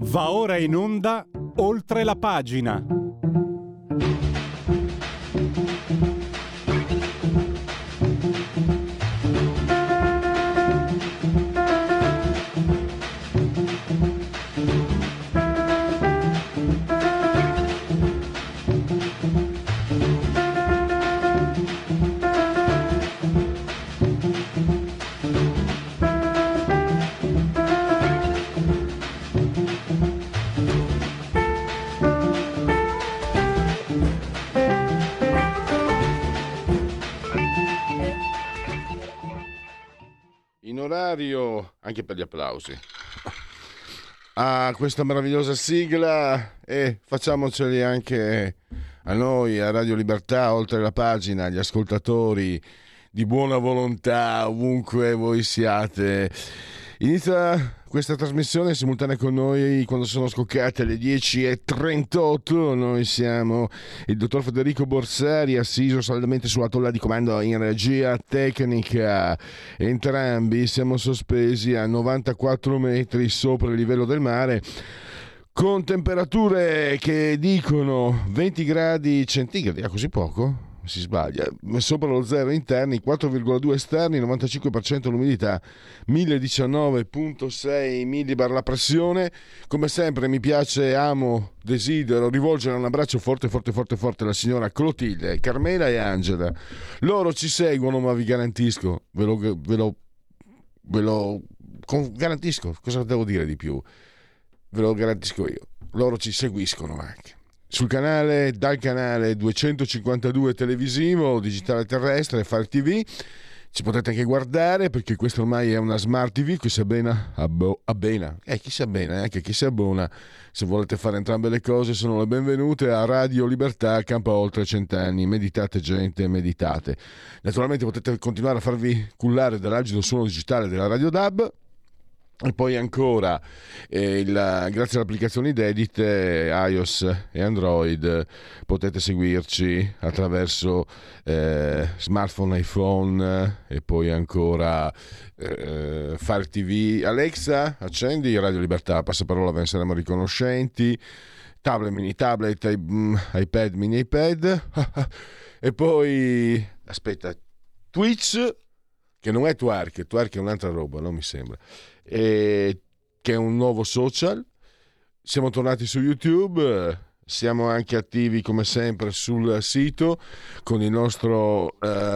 Va ora in onda Oltre la pagina. Anche per gli applausi a questa meravigliosa sigla, e facciamoceli anche a noi a Radio Libertà, Oltre la pagina, agli ascoltatori di buona volontà ovunque voi siate. Inizia questa trasmissione simultanea con noi quando sono scoccate le 10:38. Noi siamo il dottor Federico Borsari, assiso saldamente sulla tolla di comando in regia tecnica. Entrambi siamo sospesi a 94 metri sopra il livello del mare, con temperature che dicono 20 gradi centigradi. Così poco? Si sbaglia, sopra lo zero interni, 4,2 esterni, 95% l'umidità, 1019,6 millibar la pressione. Come sempre mi piace, amo, desidero rivolgere un abbraccio forte alla signora Clotilde, Carmela e Angela. Loro ci seguono, ma vi garantisco, ve lo garantisco, cosa devo dire di più? Ve lo garantisco io, loro ci seguiscono anche dal canale 252 televisivo, digitale terrestre, Fire TV. Ci potete anche guardare, perché questo ormai è una smart TV, chi si abbena, chi si abbena, anche chi si abbona. Se volete fare entrambe le cose sono le benvenute a Radio Libertà, campa oltre 100 anni. Meditate gente, meditate. Naturalmente potete continuare a farvi cullare dall'agido suono digitale della Radio DAB. E poi ancora, grazie alle applicazioni d'edit iOS e Android, potete seguirci attraverso smartphone, iPhone, e poi ancora Fire TV. Alexa, accendi Radio Libertà, passaparola, ve ne saremo riconoscenti. Tablet, mini tablet, iPad, mini iPad. E poi, aspetta, Twitch, che non è Twerk è un'altra roba, non mi sembra, che è un nuovo social. Siamo tornati su YouTube, siamo anche attivi come sempre sul sito con il nostro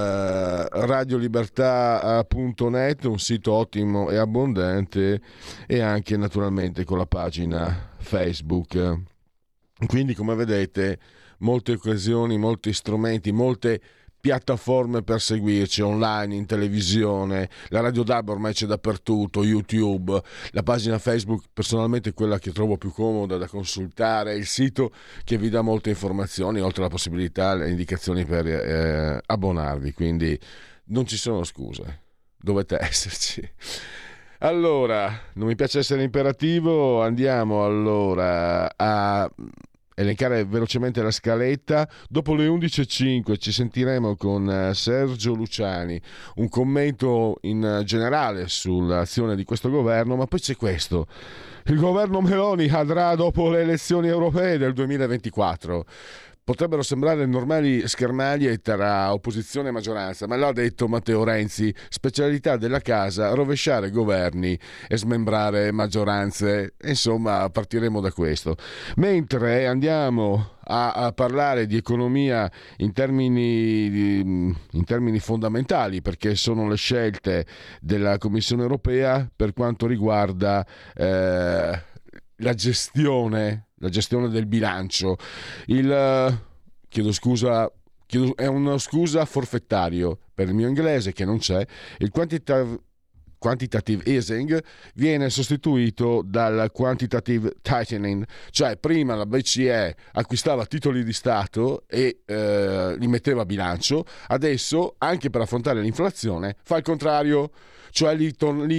radiolibertà.net, un sito ottimo e abbondante, e anche naturalmente con la pagina Facebook. Quindi, come vedete, molte occasioni, molti strumenti, molte piattaforme per seguirci online, in televisione. La Radio DAB ormai c'è dappertutto, YouTube, la pagina Facebook personalmente è quella che trovo più comoda da consultare, il sito che vi dà molte informazioni, oltre alla possibilità, le indicazioni per abbonarvi, quindi non ci sono scuse, dovete esserci. Allora, non mi piace essere imperativo, andiamo allora a elencare velocemente la scaletta. Dopo le 11:05 ci sentiremo con Sergio Luciani, un commento in generale sull'azione di questo governo, ma poi c'è questo: il governo Meloni cadrà dopo le elezioni europee del 2024. Potrebbero sembrare normali schermaglie tra opposizione e maggioranza, ma l'ha detto Matteo Renzi, specialità della casa, rovesciare governi e smembrare maggioranze. Insomma, partiremo da questo. Mentre andiamo a parlare di economia in termini fondamentali, perché sono le scelte della Commissione europea per quanto riguarda la gestione del bilancio. Chiedo scusa, è una scusa forfettario per il mio inglese che non c'è. Il quantitative easing viene sostituito dal quantitative tightening, cioè prima la BCE acquistava titoli di Stato e li metteva a bilancio, adesso anche per affrontare l'inflazione fa il contrario, cioè li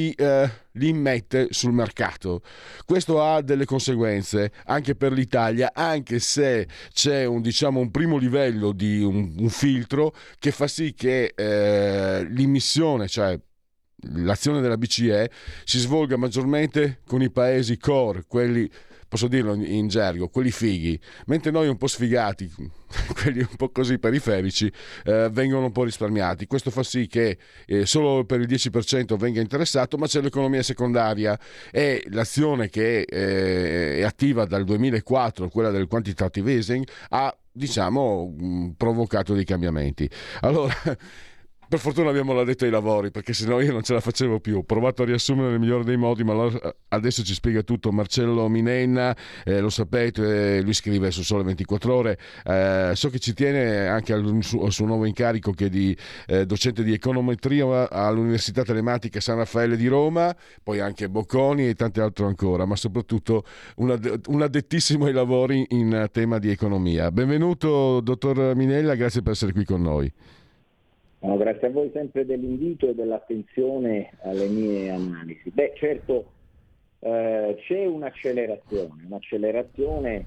immette sul mercato. Questo ha delle conseguenze anche per l'Italia, anche se c'è un primo livello di un filtro che fa sì che l'immissione, cioè l'azione della BCE, si svolga maggiormente con i paesi core, quelli posso dirlo in gergo, quelli fighi, mentre noi un po' sfigati, quelli un po' così periferici, vengono un po' risparmiati. Questo fa sì che solo per il 10% venga interessato, ma c'è l'economia secondaria e l'azione che è attiva dal 2004, quella del quantitative easing, ha, diciamo, provocato dei cambiamenti. Allora, per fortuna abbiamo l'addetto ai lavori, perché sennò io non ce la facevo più. Ho provato a riassumere nel migliore dei modi, ma adesso ci spiega tutto Marcello Minenna, lo sapete, lui scrive su Sole 24 Ore, so che ci tiene anche al suo nuovo incarico che è di docente di econometria all'Università Telematica San Raffaele di Roma, poi anche Bocconi e tante altre ancora, ma soprattutto un addettissimo ai lavori in tema di economia. Benvenuto dottor Minella, grazie per essere qui con noi. No, grazie a voi sempre dell'invito e dell'attenzione alle mie analisi. Beh, certo, c'è un'accelerazione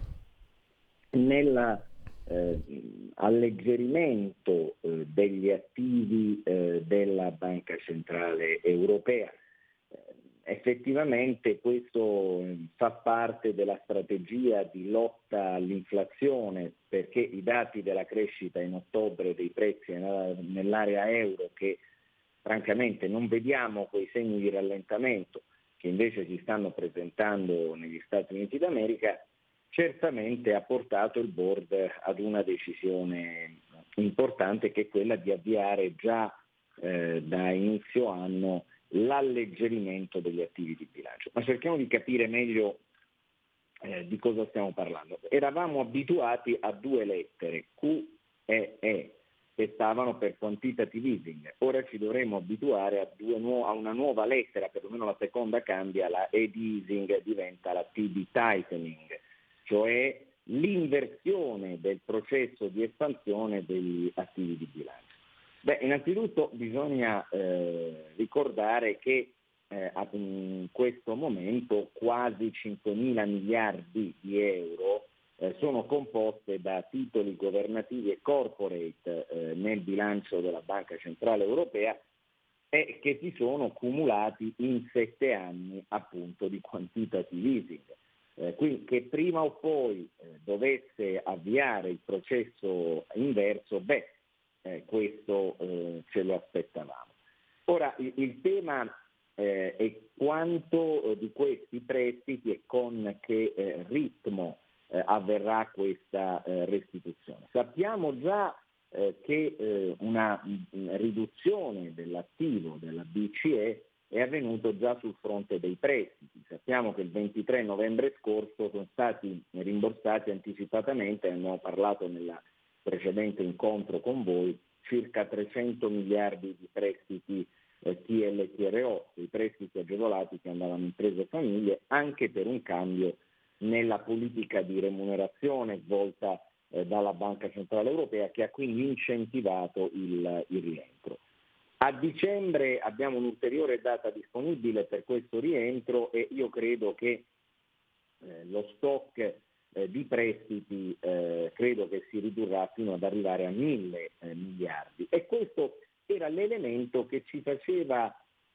nell'alleggerimento degli attivi della Banca Centrale Europea. Effettivamente questo fa parte della strategia di lotta all'inflazione, perché i dati della crescita in ottobre dei prezzi nell'area euro, che francamente non vediamo quei segni di rallentamento che invece si stanno presentando negli Stati Uniti d'America, certamente ha portato il board ad una decisione importante, che è quella di avviare già da inizio anno l'alleggerimento degli attivi di bilancio. Ma cerchiamo di capire meglio di cosa stiamo parlando. Eravamo abituati a due lettere, Q e E, che stavano per quantitative easing. Ora ci dovremo abituare a una nuova lettera, perlomeno la seconda cambia, la E di easing diventa la T di tightening, cioè l'inversione del processo di espansione degli attivi di bilancio. Beh, innanzitutto bisogna ricordare che in questo momento quasi 5.000 miliardi di euro sono composte da titoli governativi e corporate nel bilancio della Banca Centrale Europea e che si sono cumulati in 7 anni appunto di quantitative easing. Quindi che prima o poi dovesse avviare il processo inverso, questo ce lo aspettavamo. Ora il tema è quanto di questi prestiti e con che ritmo avverrà questa restituzione. Sappiamo già che una riduzione dell'attivo della BCE è avvenuto già sul fronte dei prestiti. Sappiamo che il 23 novembre scorso sono stati rimborsati anticipatamente, ne abbiamo parlato nella precedente incontro con voi, circa 300 miliardi di prestiti TLTRO, dei prestiti agevolati che andavano imprese e famiglie, anche per un cambio nella politica di remunerazione svolta dalla Banca Centrale Europea, che ha quindi incentivato il rientro. A dicembre abbiamo un'ulteriore data disponibile per questo rientro e io credo che lo stock di prestiti credo che si ridurrà fino ad arrivare a 1.000 miliardi e questo era l'elemento che ci faceva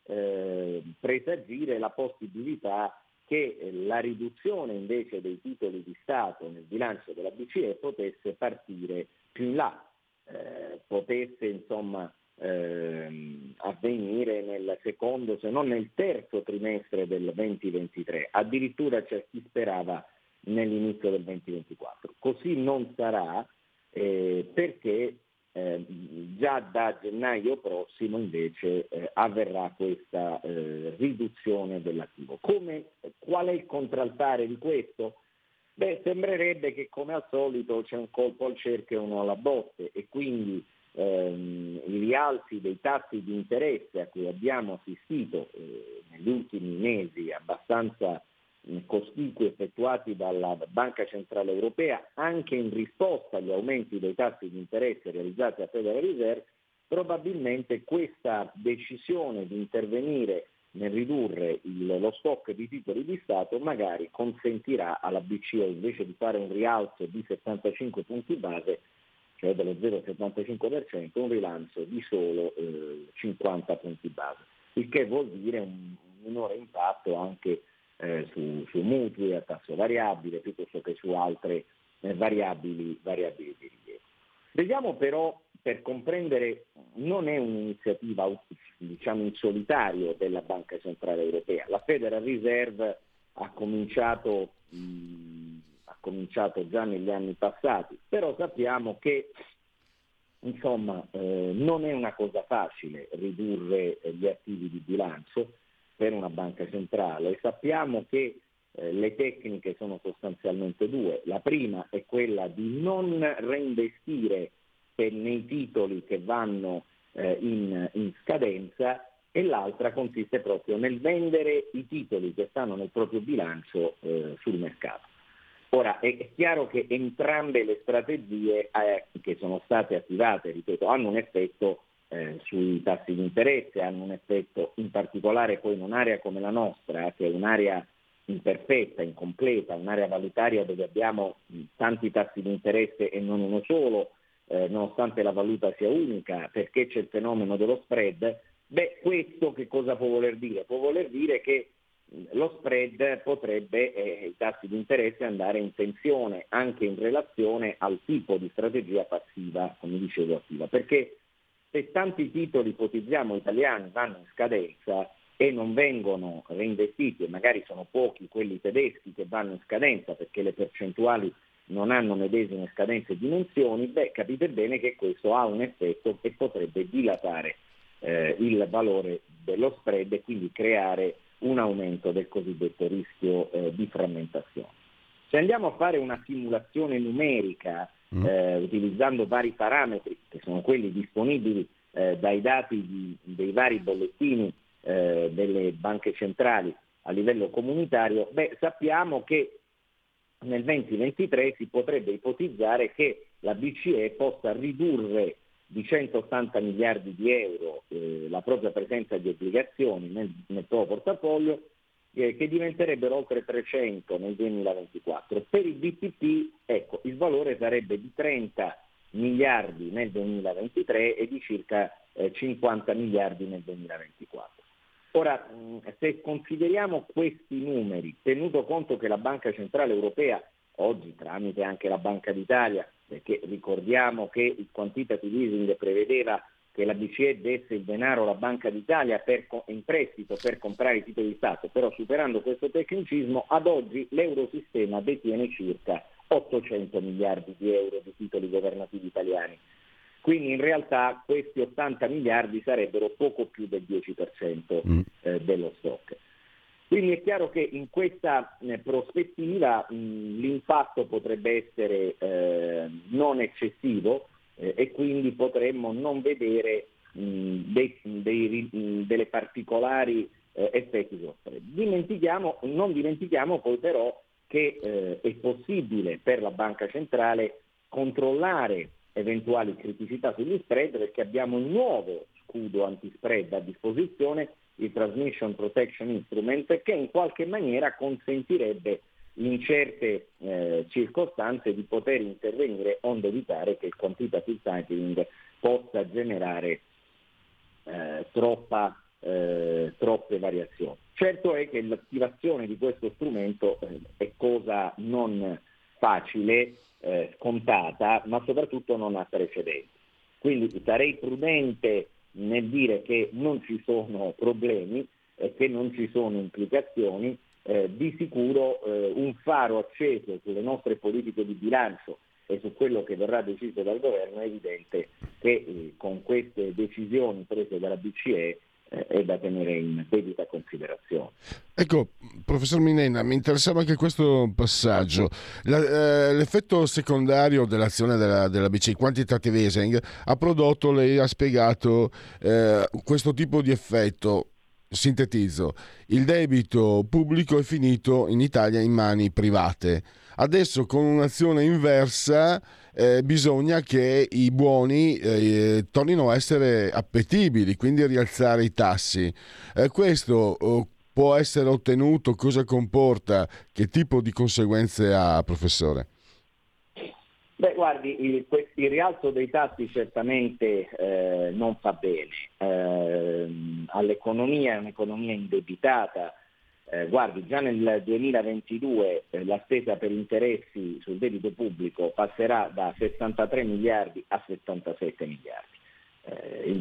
presagire la possibilità che la riduzione invece dei titoli di Stato nel bilancio della BCE potesse partire più in là, potesse insomma avvenire nel secondo, se non nel terzo trimestre del 2023, addirittura c'è chi sperava nell'inizio del 2024. Così non sarà perché già da gennaio prossimo invece avverrà questa riduzione dell'attivo. Qual è il contraltare di questo? Sembrerebbe che come al solito c'è un colpo al cerchio e uno alla botte e quindi i rialzi dei tassi di interesse a cui abbiamo assistito negli ultimi mesi abbastanza cospicui effettuati dalla Banca Centrale Europea anche in risposta agli aumenti dei tassi di interesse realizzati a Federal Reserve, probabilmente questa decisione di intervenire nel ridurre lo stock di titoli di Stato magari consentirà alla BCE invece di fare un rialzo di 75 punti base, cioè dello 0,75%, un rilancio di solo 50 punti base, il che vuol dire un minore impatto anche su mutui a tasso variabile piuttosto che su altre variabili di rilievo. Vediamo però, per comprendere, non è un'iniziativa diciamo in solitario della Banca Centrale Europea. La Federal Reserve ha cominciato già negli anni passati, però sappiamo che non è una cosa facile ridurre gli attivi di bilancio per una banca centrale. Sappiamo che le tecniche sono sostanzialmente due. La prima è quella di non reinvestire nei titoli che vanno in scadenza, e l'altra consiste proprio nel vendere i titoli che stanno nel proprio bilancio sul mercato. Ora è chiaro che entrambe le strategie che sono state attivate, ripeto, hanno un effetto sui tassi di interesse, hanno un effetto in particolare poi in un'area come la nostra, che è un'area imperfetta, incompleta, un'area valutaria dove abbiamo tanti tassi di interesse e non uno solo, nonostante la valuta sia unica, perché c'è il fenomeno dello spread. Questo che cosa può voler dire? Può voler dire che lo spread potrebbe, i tassi di interesse, andare in tensione anche in relazione al tipo di strategia passiva, come dicevo, attiva, perché se tanti titoli, ipotizziamo, italiani vanno in scadenza e non vengono reinvestiti, e magari sono pochi quelli tedeschi che vanno in scadenza perché le percentuali non hanno medesime scadenze e dimensioni, capite bene che questo ha un effetto che potrebbe dilatare il valore dello spread e quindi creare un aumento del cosiddetto rischio di frammentazione. Se andiamo a fare una simulazione numerica utilizzando vari parametri, che sono quelli disponibili dai dati dei vari bollettini delle banche centrali a livello comunitario, sappiamo che nel 2023 si potrebbe ipotizzare che la BCE possa ridurre di 180 miliardi di euro la propria presenza di obbligazioni nel proprio portafoglio, che diventerebbero oltre 300 nel 2024. Per il BTP, il valore sarebbe di 30 miliardi nel 2023 e di circa 50 miliardi nel 2024. Ora, se consideriamo questi numeri, tenuto conto che la Banca Centrale Europea oggi, tramite anche la Banca d'Italia, perché ricordiamo che il quantitative easing prevedeva che la BCE desse il denaro alla Banca d'Italia in prestito per comprare i titoli di Stato, però superando questo tecnicismo, ad oggi l'Eurosistema detiene circa 800 miliardi di euro di titoli governativi italiani. Quindi in realtà questi 80 miliardi sarebbero poco più del 10% dello stock. Quindi è chiaro che in questa prospettiva l'impatto potrebbe essere non eccessivo e quindi potremmo non vedere delle particolari effetti sullo spread. Non dimentichiamo poi però che è possibile per la Banca Centrale controllare eventuali criticità sugli spread, perché abbiamo un nuovo scudo antispread a disposizione, il Transmission Protection Instrument, che in qualche maniera consentirebbe in certe circostanze di poter intervenire onde evitare che il quantitative tightening possa generare troppe variazioni. Certo è che l'attivazione di questo strumento è cosa non facile, scontata, ma soprattutto non ha precedenti. Quindi sarei prudente nel dire che non ci sono problemi, che non ci sono implicazioni. Di sicuro un faro acceso sulle nostre politiche di bilancio e su quello che verrà deciso dal governo è evidente che con queste decisioni prese dalla BCE è da tenere in debita considerazione. Ecco, professor Minenna, mi interessava anche questo passaggio. L'effetto secondario dell'azione della BCE, quantitative easing, ha prodotto, lei ha spiegato, questo tipo di effetto. Sintetizzo: il debito pubblico è finito in Italia in mani private. Adesso con un'azione inversa bisogna che i buoni tornino a essere appetibili, quindi rialzare i tassi. Questo può essere ottenuto? Cosa comporta? Che tipo di conseguenze ha, professore? Guardi, il rialzo dei tassi certamente non fa bene all'economia, è un'economia indebitata, guardi, già nel 2022 la spesa per interessi sul debito pubblico passerà da 63 miliardi a 77 miliardi, il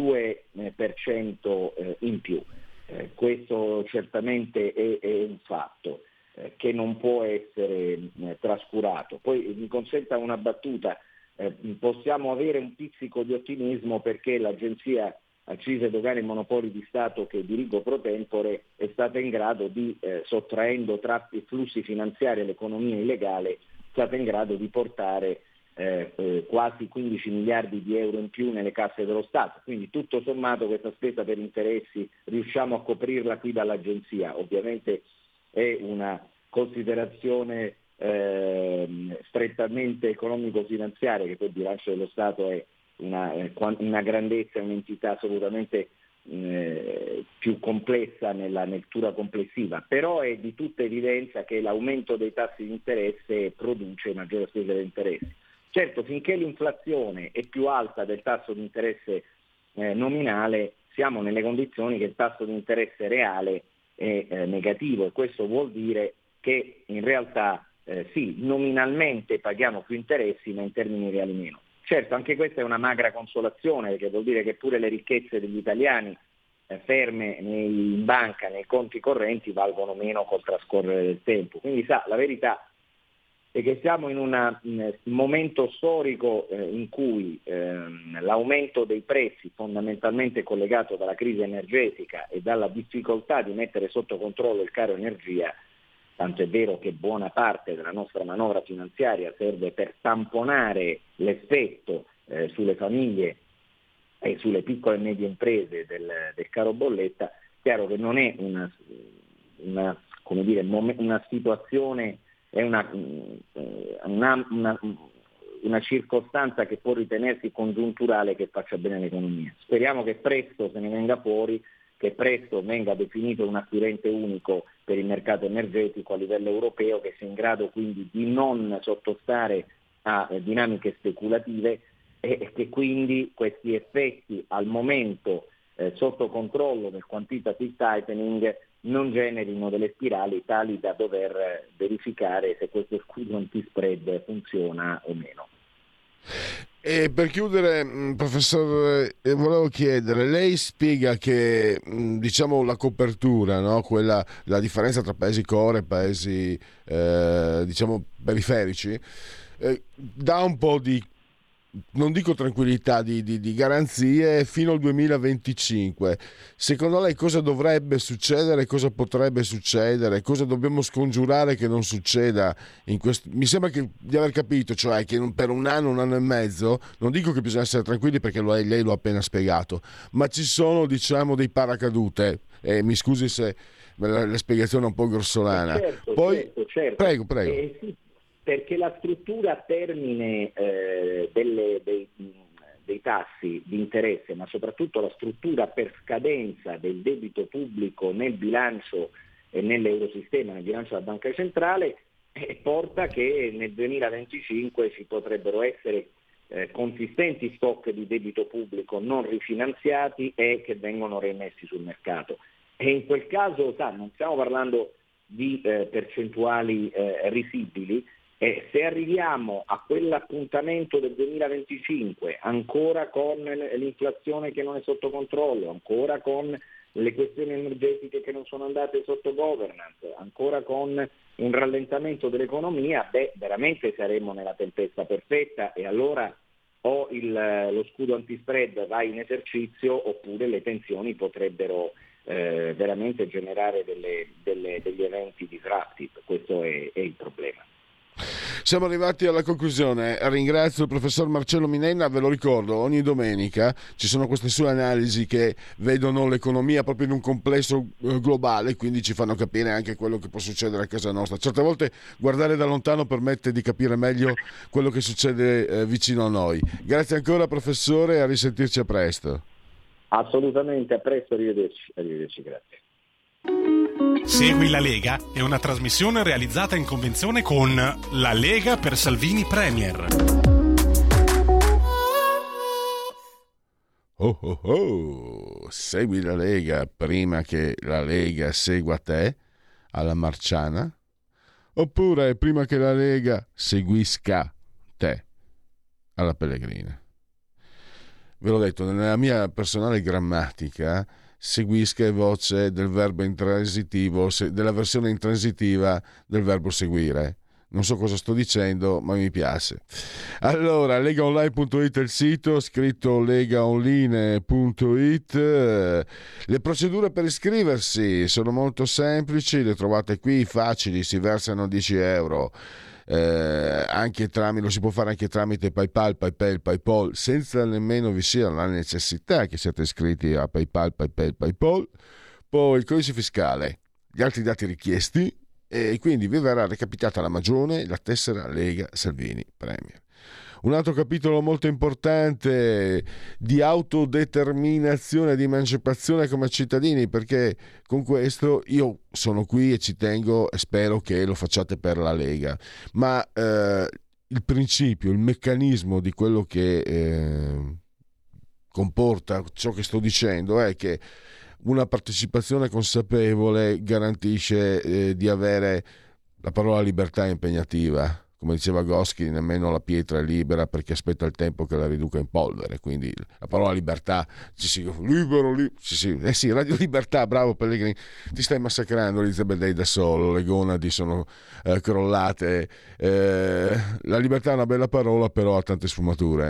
22% in più. Questo certamente è un fatto che non può essere trascurato. Poi mi consenta una battuta, possiamo avere un pizzico di ottimismo perché l'Agenzia Accise, Dogane e Monopoli di Stato che dirigo pro tempore è stata in grado di, sottraendo tratti flussi finanziari all'economia illegale, è stata in grado di portare quasi 15 miliardi di euro in più nelle casse dello Stato. Quindi tutto sommato questa spesa per interessi riusciamo a coprirla qui dall'Agenzia. Ovviamente è una considerazione strettamente economico-finanziaria, che poi il bilancio dello Stato è una grandezza, un'entità assolutamente più complessa nella lettura complessiva, però è di tutta evidenza che l'aumento dei tassi di interesse produce maggiore spesa di interessi. Certo, finché l'inflazione è più alta del tasso di interesse nominale, siamo nelle condizioni che il tasso di interesse reale è negativo, e questo vuol dire che in realtà sì, nominalmente paghiamo più interessi, ma in termini reali meno. Certo, anche questa è una magra consolazione, perché vuol dire che pure le ricchezze degli italiani ferme in banca, nei conti correnti, valgono meno col trascorrere del tempo. Quindi la verità è che siamo in un momento storico in cui l'aumento dei prezzi, fondamentalmente collegato dalla crisi energetica e dalla difficoltà di mettere sotto controllo il caro energia, tanto è vero che buona parte della nostra manovra finanziaria serve per tamponare l'effetto sulle famiglie e sulle piccole e medie imprese del caro bolletta. Chiaro che non è una situazione, è una circostanza che può ritenersi congiunturale, che faccia bene all'economia. Speriamo che presto se ne venga fuori, che presto venga definito un acquirente unico per il mercato energetico a livello europeo, che sia in grado quindi di non sottostare a dinamiche speculative e che quindi questi effetti al momento sotto controllo del quantitative tightening non generino delle spirali tali da dover verificare se questo scudo antispread funziona o meno. E per chiudere, professore, volevo chiedere, lei spiega che diciamo la copertura, no? La differenza tra paesi core e paesi diciamo periferici, dà un po' di, non dico tranquillità, di garanzie fino al 2025. Secondo lei cosa dovrebbe succedere, cosa potrebbe succedere, cosa dobbiamo scongiurare che non succeda in questo? Mi sembra di aver capito, cioè che per un anno e mezzo, non dico che bisogna essere tranquilli perché lei lo ha appena spiegato, ma ci sono diciamo dei paracadute, mi scusi se la spiegazione è un po' grossolana. Certo, Poi certo. Prego. Sì, perché la struttura a termine dei tassi di interesse, ma soprattutto la struttura per scadenza del debito pubblico nel bilancio e nell'eurosistema, nel bilancio della Banca Centrale, porta che nel 2025 ci potrebbero essere consistenti stock di debito pubblico non rifinanziati e che vengono reimessi sul mercato. E in quel caso, non stiamo parlando di percentuali risibili. Se arriviamo a quell'appuntamento del 2025 ancora con l'inflazione che non è sotto controllo, ancora con le questioni energetiche che non sono andate sotto governance, ancora con un rallentamento dell'economia, veramente saremo nella tempesta perfetta, e allora o lo scudo antispread va in esercizio oppure le tensioni potrebbero veramente generare degli eventi disruptive. Questo è il problema. Siamo arrivati alla conclusione. Ringrazio il professor Marcello Minenna. Ve lo ricordo, ogni domenica ci sono queste sue analisi che vedono l'economia proprio in un complesso globale, quindi ci fanno capire anche quello che può succedere a casa nostra. Certe volte guardare da lontano permette di capire meglio quello che succede vicino a noi. Grazie ancora professore, e a risentirci a presto. Assolutamente, a presto, arrivederci, grazie. Segui la Lega è una trasmissione realizzata in convenzione con La Lega per Salvini Premier. Segui la Lega prima che la Lega segua te. alla Marciana, oppure prima che la Lega seguisca te alla Pellegrina. Ve l'ho detto, nella mia personale grammatica seguisca è voce del verbo intransitivo, della versione intransitiva del verbo seguire. Non so cosa sto dicendo, ma mi piace. Allora, legaonline.it è il sito, scritto legaonline.it. Le procedure per iscriversi sono molto semplici, le trovate qui, facili, si versano 10 euro. Anche lo si può fare anche tramite PayPal, PayPal, senza nemmeno vi sia la necessità che siate iscritti a PayPal. Poi il codice fiscale, gli altri dati richiesti, e quindi vi verrà recapitata la magione, la tessera Lega Salvini Premier. Un altro capitolo molto importante di autodeterminazione, di emancipazione come cittadini, perché con questo io sono qui e ci tengo e spero che lo facciate per la Lega, ma il principio, il meccanismo di quello che comporta ciò che sto dicendo è che una partecipazione consapevole garantisce di avere la parola libertà impegnativa. Come diceva Goschi, nemmeno la pietra è libera perché aspetta il tempo che la riduca in polvere. Quindi la parola libertà, sì, Radio Libertà, bravo Pellegrini, ti stai massacrando, Elizabeth da solo, le gonadi sono crollate. La libertà è una bella parola, però ha tante sfumature.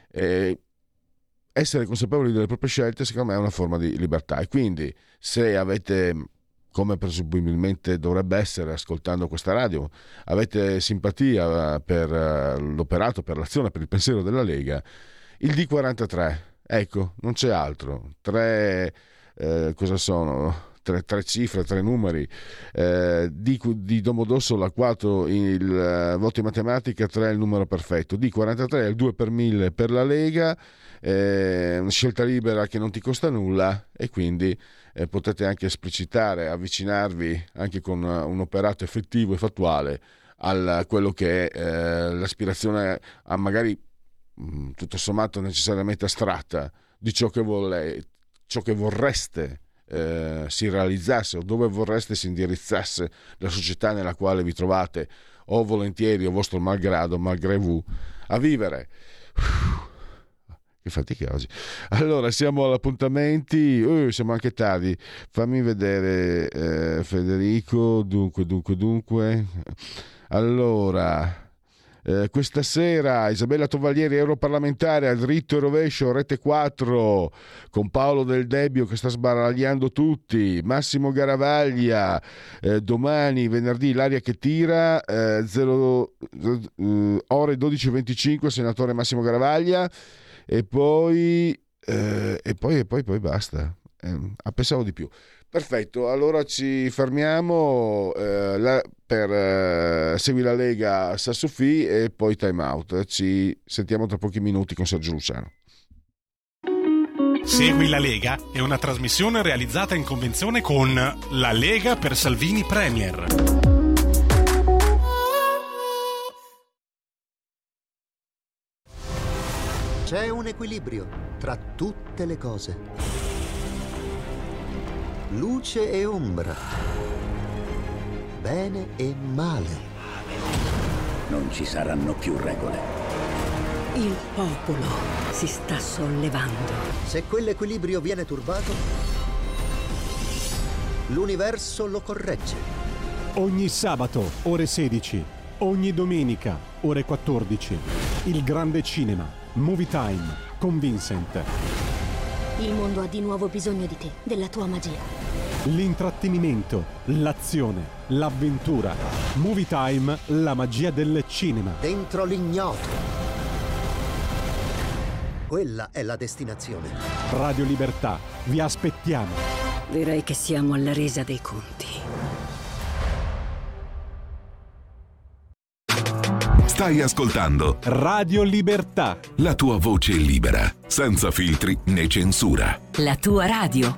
Essere consapevoli delle proprie scelte, secondo me, è una forma di libertà. E quindi, se avete, come presumibilmente dovrebbe essere ascoltando questa radio, avete simpatia per l'operato, per l'azione, per il pensiero della Lega, il D43, ecco, non c'è altro. Cosa sono? Tre cifre, 3 numeri, di Domodossola 4 il voto in matematica, 3 è il numero perfetto, D43 è il 2 per 1000 per la Lega, una scelta libera che non ti costa nulla, e quindi potete anche esplicitare, avvicinarvi anche con un operato effettivo e fattuale a quello che è l'aspirazione a magari tutto sommato necessariamente astratta di ciò che vorreste si realizzasse, o dove vorreste si indirizzasse la società nella quale vi trovate, o volentieri o vostro malgrado, malgré vous, a vivere. Che fatica oggi. Allora, siamo agli appuntamenti, siamo anche tardi, fammi vedere, Federico, dunque, allora, questa sera Isabella Tovaglieri, europarlamentare, al dritto e rovescio, Rete 4, con Paolo Del Debbio che sta sbaragliando tutti, Massimo Garavaglia, domani venerdì L'aria che tira, ore 12:25, senatore Massimo Garavaglia, e poi basta. Pensavo di più. Perfetto, allora ci fermiamo per Segui la Lega Sassofì e poi Time Out. Ci sentiamo tra pochi minuti con Sergio Luciano. Segui la Lega è una trasmissione realizzata in convenzione con La Lega per Salvini Premier. C'è un equilibrio tra tutte le cose. Luce e ombra, bene e male. Non ci saranno più regole. Il popolo si sta sollevando. Se quell'equilibrio viene turbato, l'universo lo corregge. Ogni sabato, ore 16. Ogni domenica, ore 14. Il grande cinema, Movie Time, con Vincent. Il mondo ha di nuovo bisogno di te, della tua magia. L'intrattenimento, l'azione, l'avventura. Movie Time, la magia del cinema. Dentro l'ignoto. Quella è la destinazione. Radio Libertà, vi aspettiamo. Direi che siamo alla resa dei conti. Stai ascoltando Radio Libertà, la tua voce libera, senza filtri né censura. La tua radio.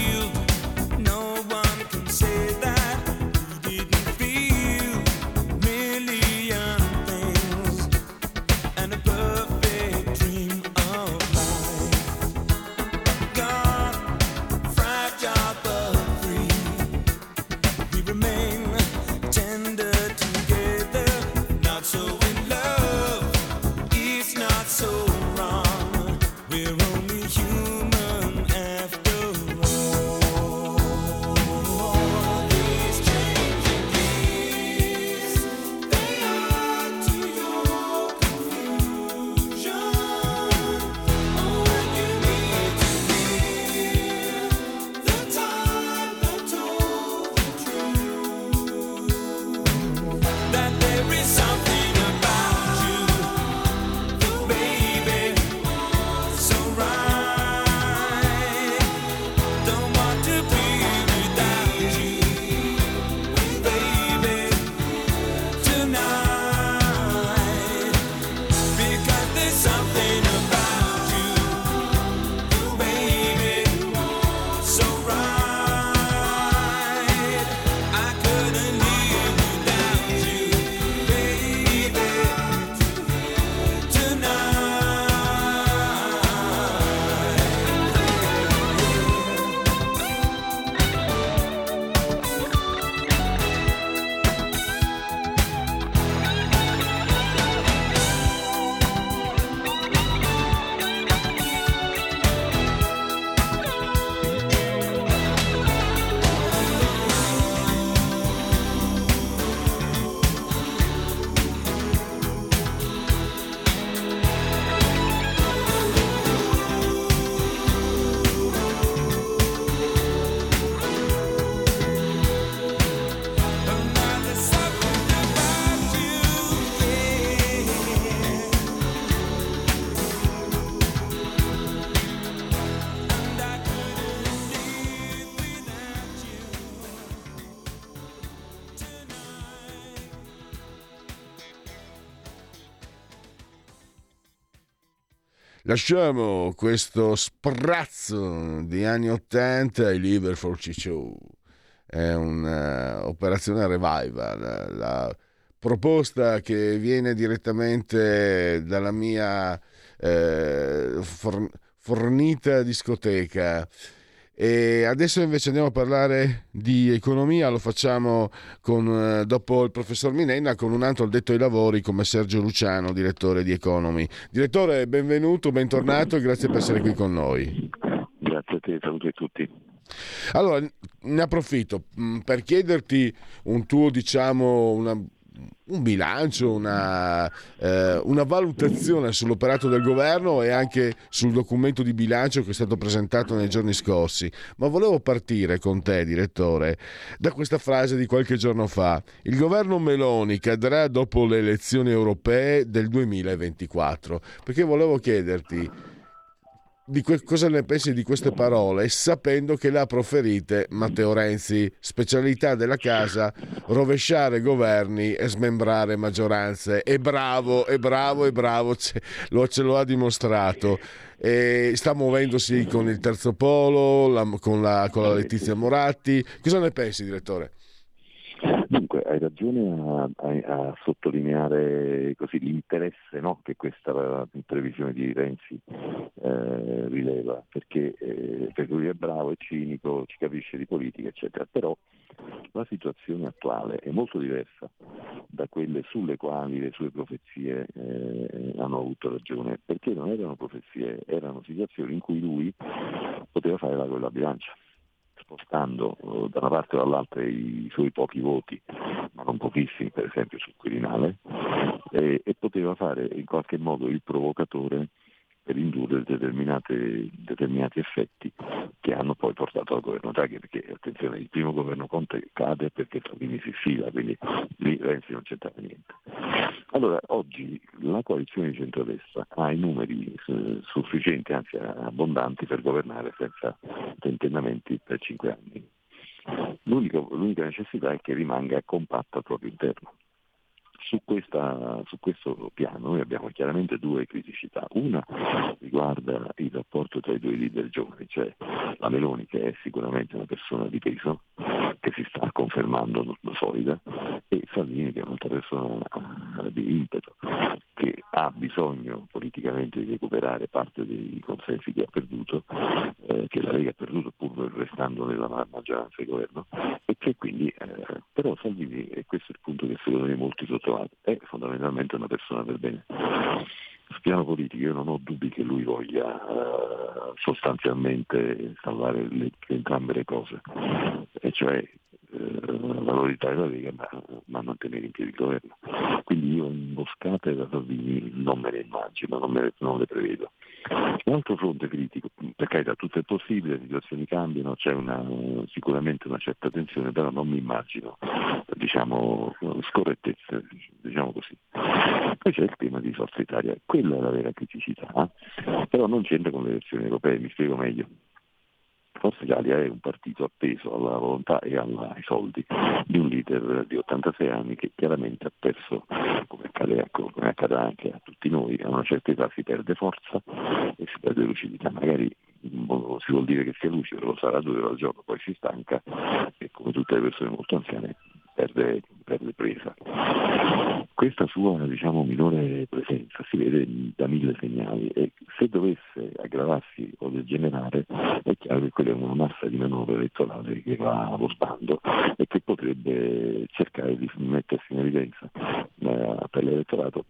Lasciamo questo sprazzo di anni 80 ai Liverpool Cicciù. È un'operazione revival, la proposta che viene direttamente dalla mia fornita discoteca. E adesso invece andiamo a parlare di economia, lo facciamo dopo il professor Minenna con un altro addetto ai lavori come Sergio Luciano, direttore di Economy. Direttore, benvenuto, bentornato e grazie per essere qui con noi. Grazie a te, saluti a tutti. Allora, ne approfitto per chiederti un tuo, un bilancio, una valutazione sull'operato del governo e anche sul documento di bilancio che è stato presentato nei giorni scorsi. Ma volevo partire con te, direttore, da questa frase di qualche giorno fa: il governo Meloni cadrà dopo le elezioni europee del 2024, perché volevo chiederti cosa ne pensi di queste parole, sapendo che le ha proferite Matteo Renzi, specialità della casa, rovesciare governi e smembrare maggioranze. È bravo, ce lo ha dimostrato. E sta muovendosi con il terzo polo, con la Letizia Moratti. Cosa ne pensi, direttore? Dunque, hai ragione a sottolineare così l'interesse, no, che questa previsione di Renzi rileva, perché lui è bravo, è cinico, ci capisce di politica, eccetera. Però la situazione attuale è molto diversa da quelle sulle quali le sue profezie hanno avuto ragione, perché non erano profezie, erano situazioni in cui lui poteva fare l'ago della bilancia, spostando da una parte o dall'altra i suoi pochi voti, ma non pochissimi, per esempio sul Quirinale, e poteva fare in qualche modo il provocatore per indurre determinati effetti che hanno poi portato al governo Draghi, perché attenzione, il primo governo Conte cade perché Salvini si sfila, quindi lì Renzi non c'entrava niente. Allora, oggi la coalizione di centrodestra ha i numeri sufficienti, anzi abbondanti, per governare senza tentennamenti per 5 anni. L'unica necessità è che rimanga compatta al proprio interno. su questo piano noi abbiamo chiaramente due criticità. Una riguarda il rapporto tra i due leader giovani, cioè la Meloni, che è sicuramente una persona di peso, che si sta confermando solida, e Salvini, che è un'altra persona di impeto, che ha bisogno politicamente di recuperare parte dei consensi che ha perduto, che la Lega ha perduto pur restando nella maggioranza di governo, e che quindi però Salvini, e questo è il punto che secondo me molti sottovalutano, è fondamentalmente una persona del bene. Sul piano politico io non ho dubbi che lui voglia sostanzialmente salvare entrambe le cose, e cioè valorizzare la Lega ma mantenere in piedi il governo. Quindi io imboscate da Salvini non me le immagino, non le prevedo. L'altro fronte critico, per carità, tutto è possibile, le situazioni cambiano, c'è sicuramente una certa tensione, però non mi immagino scorrettezze, diciamo così. Poi c'è il tema di Forza Italia, quella è la vera criticità, però non c'entra con le elezioni europee, mi spiego meglio. Forza Italia è un partito appeso alla volontà e ai soldi di un leader di 86 anni che chiaramente ha perso, come accade anche a tutti noi, a una certa età si perde forza e si perde lucidità. Magari si vuol dire che sia lucido, lo sarà 2 ore al giorno, poi si stanca e come tutte le persone molto anziane perde presa. Questa sua minore presenza si vede da 1000 segnali, e se dovesse aggravarsi o degenerare è chiaro che quella è una massa di manovra elettorale che va allo sbando e che potrebbe cercare di mettersi in evidenza per l'elettorato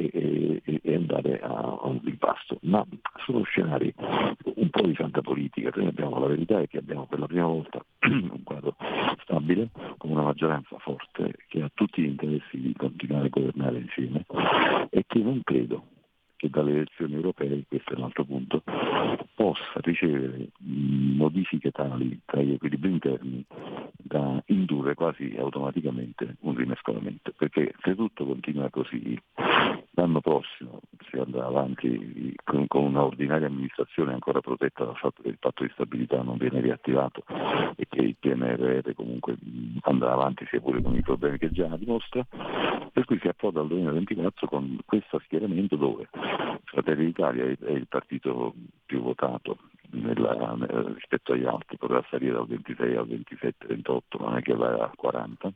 e andare a un rimpasto. Ma sono scenari un po' di santa politica. Noi abbiamo, la verità è che abbiamo per la prima volta un quadro stabile, con una maggioranza forte che ha tutti gli interessi di continuare a governare insieme, e che non credo che dalle elezioni europee, questo è un altro punto, possa ricevere modifiche tali tra gli equilibri interni da indurre quasi automaticamente un rimescolamento, perché se tutto continua così l'anno prossimo si andrà avanti con una ordinaria amministrazione ancora protetta dal fatto che il patto di stabilità non viene riattivato e che il PNRR comunque andrà avanti sia pure con i problemi che già dimostra, per cui si approda al 2024 con questo schieramento dove Fratelli d'Italia è il partito più votato rispetto agli altri, potrà salire dal 26 al 27-28, non è che va al 40.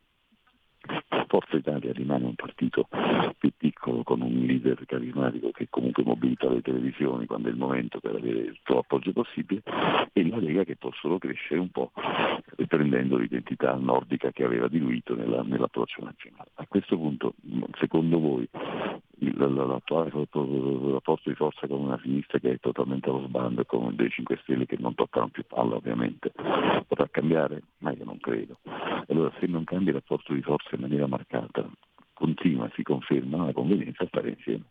Forza Italia rimane un partito più piccolo, con un leader carismatico che comunque mobilita le televisioni quando è il momento per avere il suo appoggio possibile, e la Lega che può solo crescere un po' riprendendo l'identità nordica che aveva diluito nell'approccio nazionale. A questo punto, secondo voi, l'attuale rapporto di forza con una sinistra che è totalmente allo sbando e con dei 5 Stelle che non toccano più palla ovviamente, potrà cambiare? Ma io non credo. Allora, se non cambia il rapporto di forza in maniera marcata, si conferma la convenienza a stare insieme.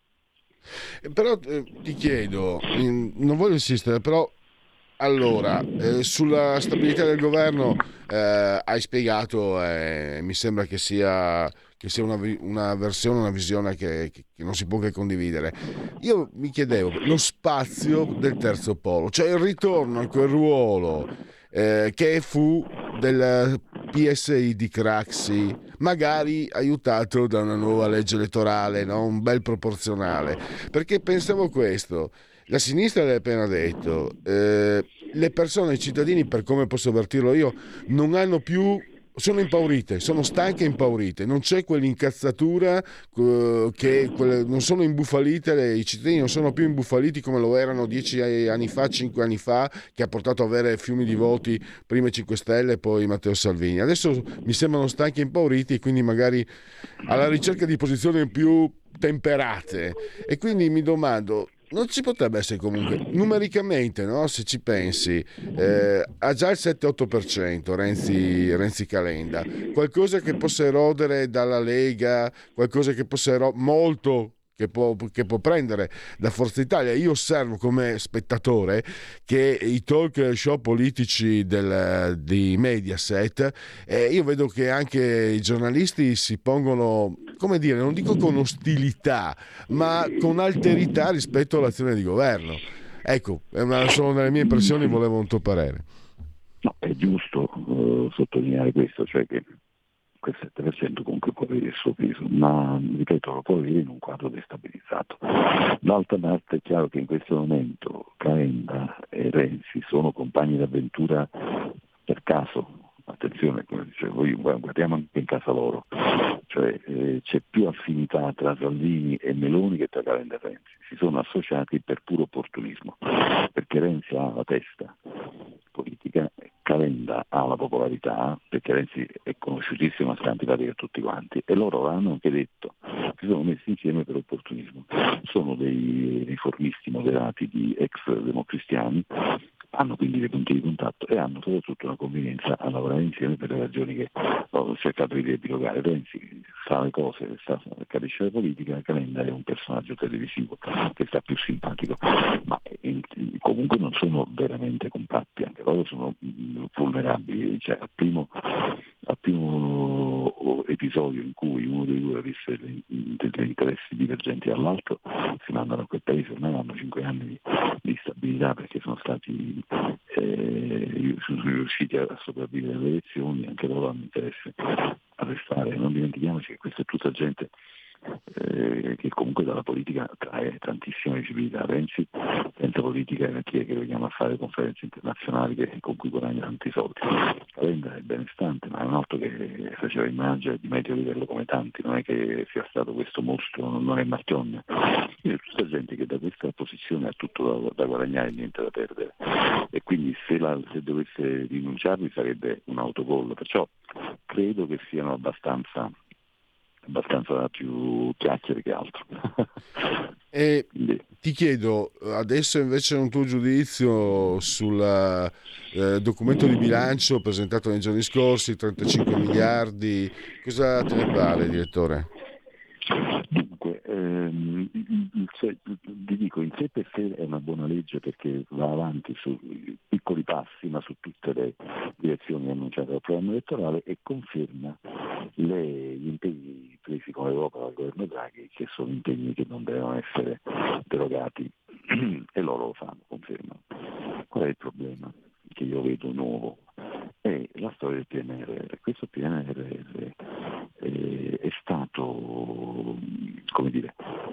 Però ti chiedo, non voglio insistere, però allora, sulla stabilità del governo hai spiegato, mi sembra che sia una versione, una visione che non si può che condividere. Io mi chiedevo lo spazio del terzo polo, cioè il ritorno a quel ruolo che fu del PSI di Craxi, magari aiutato da una nuova legge elettorale, no? Un bel proporzionale, perché pensavo questo. La sinistra l'ha appena detto, le persone, i cittadini, per come posso avvertirlo io, non hanno più, sono impaurite, sono stanche e impaurite, non c'è quell'incazzatura non sono imbufalite, i cittadini non sono più imbufaliti come lo erano 10 anni fa, 5 anni fa, che ha portato ad avere fiumi di voti, prima 5 Stelle e poi Matteo Salvini. Adesso mi sembrano stanchi e impauriti, e quindi magari alla ricerca di posizioni più temperate, e quindi mi domando, non ci potrebbe essere comunque numericamente, no? Se ci pensi, ha già il 7-8% Renzi Calenda, qualcosa che possa erodere dalla Lega, qualcosa che possa molto che può prendere da Forza Italia. Io osservo come spettatore che i talk show politici di Mediaset, io vedo che anche i giornalisti si pongono, come dire, non dico con ostilità, ma con alterità rispetto all'azione di governo. Ecco, sono delle mie impressioni, volevo un tuo parere. No, è giusto sottolineare questo, cioè che quel 7% comunque può avere il suo peso, ma ripeto, lo può avere in un quadro destabilizzato. D'altra parte è chiaro che in questo momento Calenda e Renzi sono compagni d'avventura per caso. Attenzione, come dicevo io, guardiamo anche in casa loro, cioè c'è più affinità tra Salvini e Meloni che tra Calenda e Renzi. Si sono associati per puro opportunismo, perché Renzi ha la testa politica, Calenda ha la popolarità, perché Renzi è conosciutissimo, sta antipatico a tutti quanti, e loro l'hanno anche detto, si sono messi insieme per opportunismo. Sono dei riformisti moderati di ex democristiani, hanno quindi dei punti di contatto e hanno soprattutto una convenienza a lavorare insieme per le ragioni che ho cercato di riepilogare. Renzi sa le cose, capisce la politica, Calenda è un personaggio televisivo che sta più simpatico, ma comunque non sono veramente compatti, anche loro sono vulnerabili, cioè al primo episodio in cui uno dei due avesse degli interessi divergenti dall'altro si mandano a quel paese. Ormai hanno 5 anni di stabilità perché sono riusciti a sopravvivere alle elezioni, anche loro hanno interesse a restare. Non dimentichiamoci che questa è tutta gente che comunque dalla politica trae tantissima visibilità. Renzi senza politica chi è che veniamo a fare conferenze internazionali con cui guadagna tanti soldi? Calenda è benestante, ma è un altro che faceva immagine di medio livello come tanti, non è che sia stato questo mostro, non è Marchionne. È tutta gente che da questa posizione ha tutto da guadagnare e niente da perdere, e quindi se dovesse rinunciarvi sarebbe un autogol, perciò credo che siano abbastanza più chiacchiere che altro. E ti chiedo adesso invece un tuo giudizio sul documento di bilancio presentato nei giorni scorsi, 35 miliardi, cosa te ne pare, direttore? Dunque, vi dico, in sé per sé è una buona legge perché va avanti su piccoli passi ma su tutte le direzioni annunciate dal programma elettorale e conferma gli impegni presi con l'Europa dal governo Draghi, che sono impegni che non devono essere derogati e loro lo fanno, confermano. Qual è il problema che io vedo nuovo? È la storia del PNRR. Questo PNRR è stato, come dire,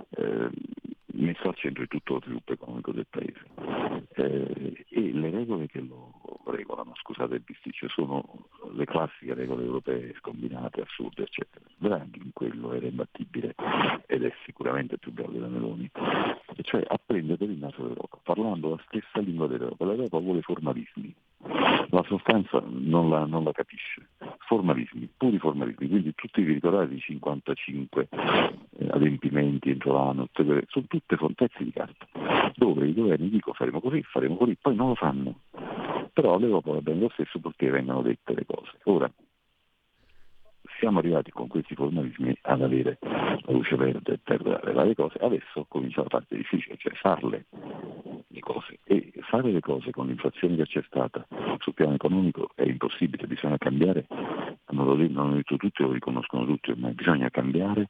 messo al centro di tutto lo sviluppo economico del paese, e le regole che lo regolano, scusate il bisticcio, sono le classiche regole europee scombinate, assurde, eccetera. Draghi in quello era imbattibile ed è sicuramente più bravo della Meloni, e cioè apprende per il naso l'Europa, parlando la stessa lingua dell'Europa. L'Europa vuole formalismi, la sostanza non la capisce, formalismi, puri formalismi, quindi tutti vi ricordate di 55 adempimenti entro l'anno, sono tutte pezzi di carta, dove i governi dicono faremo così, poi non lo fanno, però l'Europa va bene lo stesso perché vengono dette le cose. Ora, siamo arrivati con questi formalismi ad avere la luce verde per le varie cose, adesso comincia la parte difficile, cioè farle le cose, e fare le cose con l'inflazione che c'è stata sul piano economico è impossibile, bisogna cambiare, hanno detto tutti, lo riconoscono tutti, ma bisogna cambiare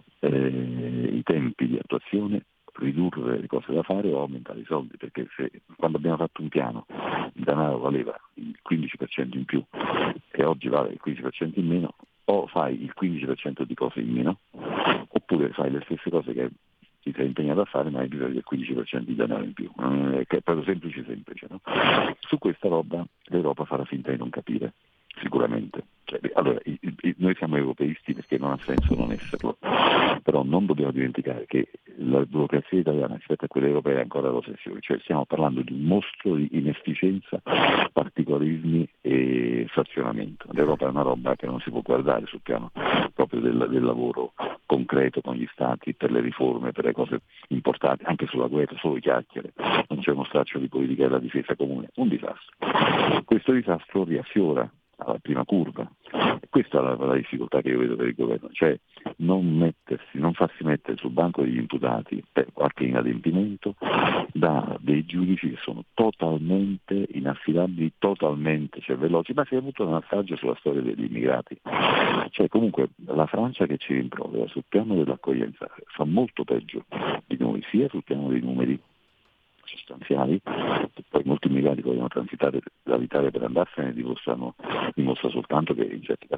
i tempi di attuazione, ridurre le cose da fare o aumentare i soldi, perché quando abbiamo fatto un piano il denaro valeva il 15% in più e oggi vale il 15% in meno, o fai il 15% di cose in meno oppure fai le stesse cose che ti sei impegnato a fare ma hai bisogno del 15% di denaro in più, che è proprio semplice, no? Su questa roba l'Europa farà finta di non capire, sicuramente. Allora, noi siamo europeisti perché non ha senso non esserlo, però non dobbiamo dimenticare che la burocrazia italiana rispetto a quella europea è ancora l'ossessione, cioè stiamo parlando di un mostro di inefficienza, particolarismi e frazionamento. L'Europa è una roba che non si può guardare sul piano proprio del lavoro concreto con gli stati per le riforme, per le cose importanti, anche sulla guerra, solo chiacchiere, non c'è uno straccio di politica della difesa comune, un disastro. Questo disastro riaffiora alla prima curva. Questa è la difficoltà che io vedo per il governo, cioè non farsi mettere sul banco degli imputati per qualche inadempimento da dei giudici che sono totalmente inaffidabili, totalmente veloci, ma si è avuto un assaggio sulla storia degli immigrati. Cioè comunque la Francia che ci rimprovera sul piano dell'accoglienza fa molto peggio di noi, sia sul piano dei numeri sostanziali, poi molti immigrati vogliono transitare dall'Italia per andarsene, dimostra soltanto che in certi casi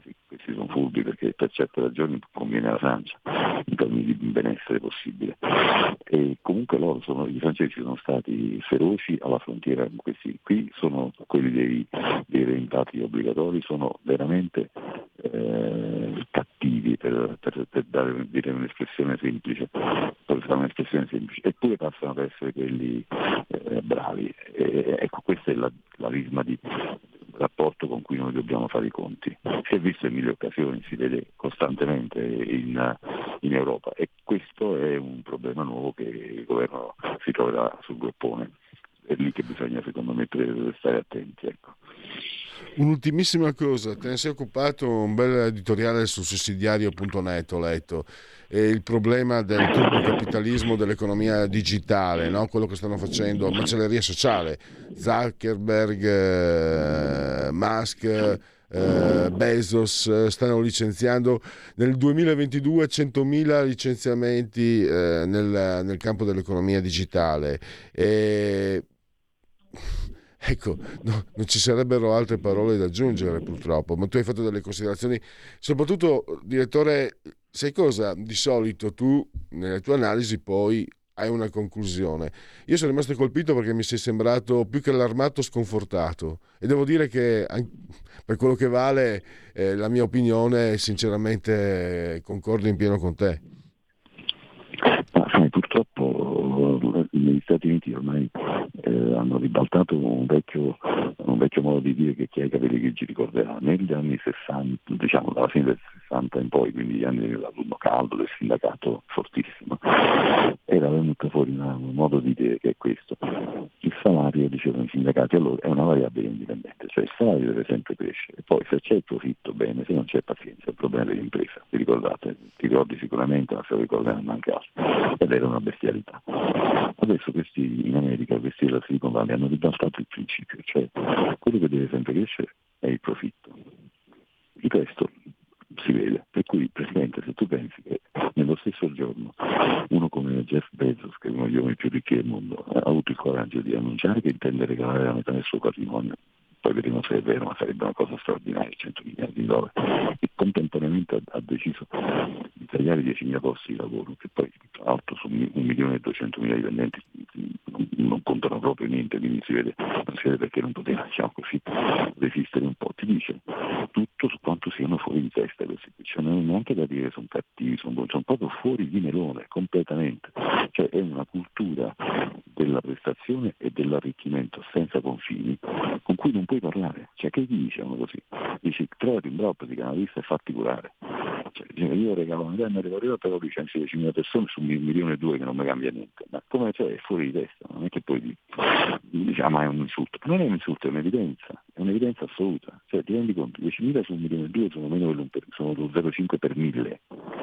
questi sono furbi perché per certe ragioni conviene alla Francia in termini di benessere possibile. E comunque i francesi sono stati feroci alla frontiera con questi. Qui sono quelli dei rimpatri obbligatori, sono veramente cattivi per dire un'espressione semplice, eppure passano per essere quelli bravi. Ecco, questa è la risma di rapporto con cui noi dobbiamo fare i conti. Si è visto in mille occasioni, si vede costantemente in Europa, e questo è un problema nuovo che il governo si troverà sul groppone. È lì che bisogna, secondo me, stare attenti. Ecco. Un'ultimissima cosa, te ne sei occupato, un bel editoriale su sussidiario.net, ho letto, il problema del turbocapitalismo dell'economia digitale, no? Quello che stanno facendo, macelleria sociale, Zuckerberg, Musk, Bezos stanno licenziando nel 2022 100.000 licenziamenti nel campo dell'economia digitale. Ecco, no, non ci sarebbero altre parole da aggiungere purtroppo, ma tu hai fatto delle considerazioni, soprattutto, direttore, sai cosa? Di solito tu nelle tue analisi poi hai una conclusione. Io sono rimasto colpito perché mi sei sembrato più che allarmato, sconfortato, e devo dire che per quello che vale la mia opinione, sinceramente concordo in pieno con te. Ma sai, purtroppo negli Stati Uniti ormai hanno ribaltato un vecchio modo di dire che chi ha i capelli grigi ricorderà. Negli anni 60, diciamo dalla fine del 60 in poi, quindi gli anni dell'alunno caldo, del sindacato fortissimo, era venuto fuori un modo di dire che è questo: il salario, dicevano i sindacati, allora è una variabile indipendente, cioè il salario deve sempre crescere, poi se c'è il profitto bene, se non c'è pazienza, è il problema dell'impresa. Vi ricordate? Ti ricordi sicuramente, ma se lo ricorderanno anche altri, ed era una bestialità. Adesso questi in America, questi della Silicon Valley, hanno ribaltato il principio, cioè quello che deve sempre crescere è il profitto, il resto si vede. Per cui, Presidente, se tu pensi che nello stesso giorno uno come Jeff Bezos, che è uno degli uomini più ricchi del mondo, ha avuto il coraggio di annunciare che intende regalare la metà del suo patrimonio, poi vedremo se è vero, ma sarebbe una cosa straordinaria, 100 miliardi di dollari, e contemporaneamente ha deciso di tagliare 10.000 posti di lavoro, che poi tra l'altro su 1.200.000 dipendenti non contano proprio niente, quindi non si vede perché non poteva, diciamo così, resistere un po'. Ti dice tutto su quanto siano fuori di testa questi qui, cioè non è neanche da dire sono cattivi, sono buoni, sono proprio fuori di melone completamente, cioè è una cultura della prestazione e dell'arricchimento senza confini con cui non puoi parlare. Cioè, che gli dicevano così? Dici, trovati un bravo psicanalista e fatti curare. Cioè, io regalo una donna, però licenzi 10.000 persone su 1,2 milioni che non mi cambia niente. Ma come, cioè, è fuori di testa, non è che poi diciamo è un insulto. Non è un insulto, è un'evidenza assoluta. Cioè, ti rendi conto, 10.000 su 1,2 milioni sono meno sono lo 0,5 per 1000.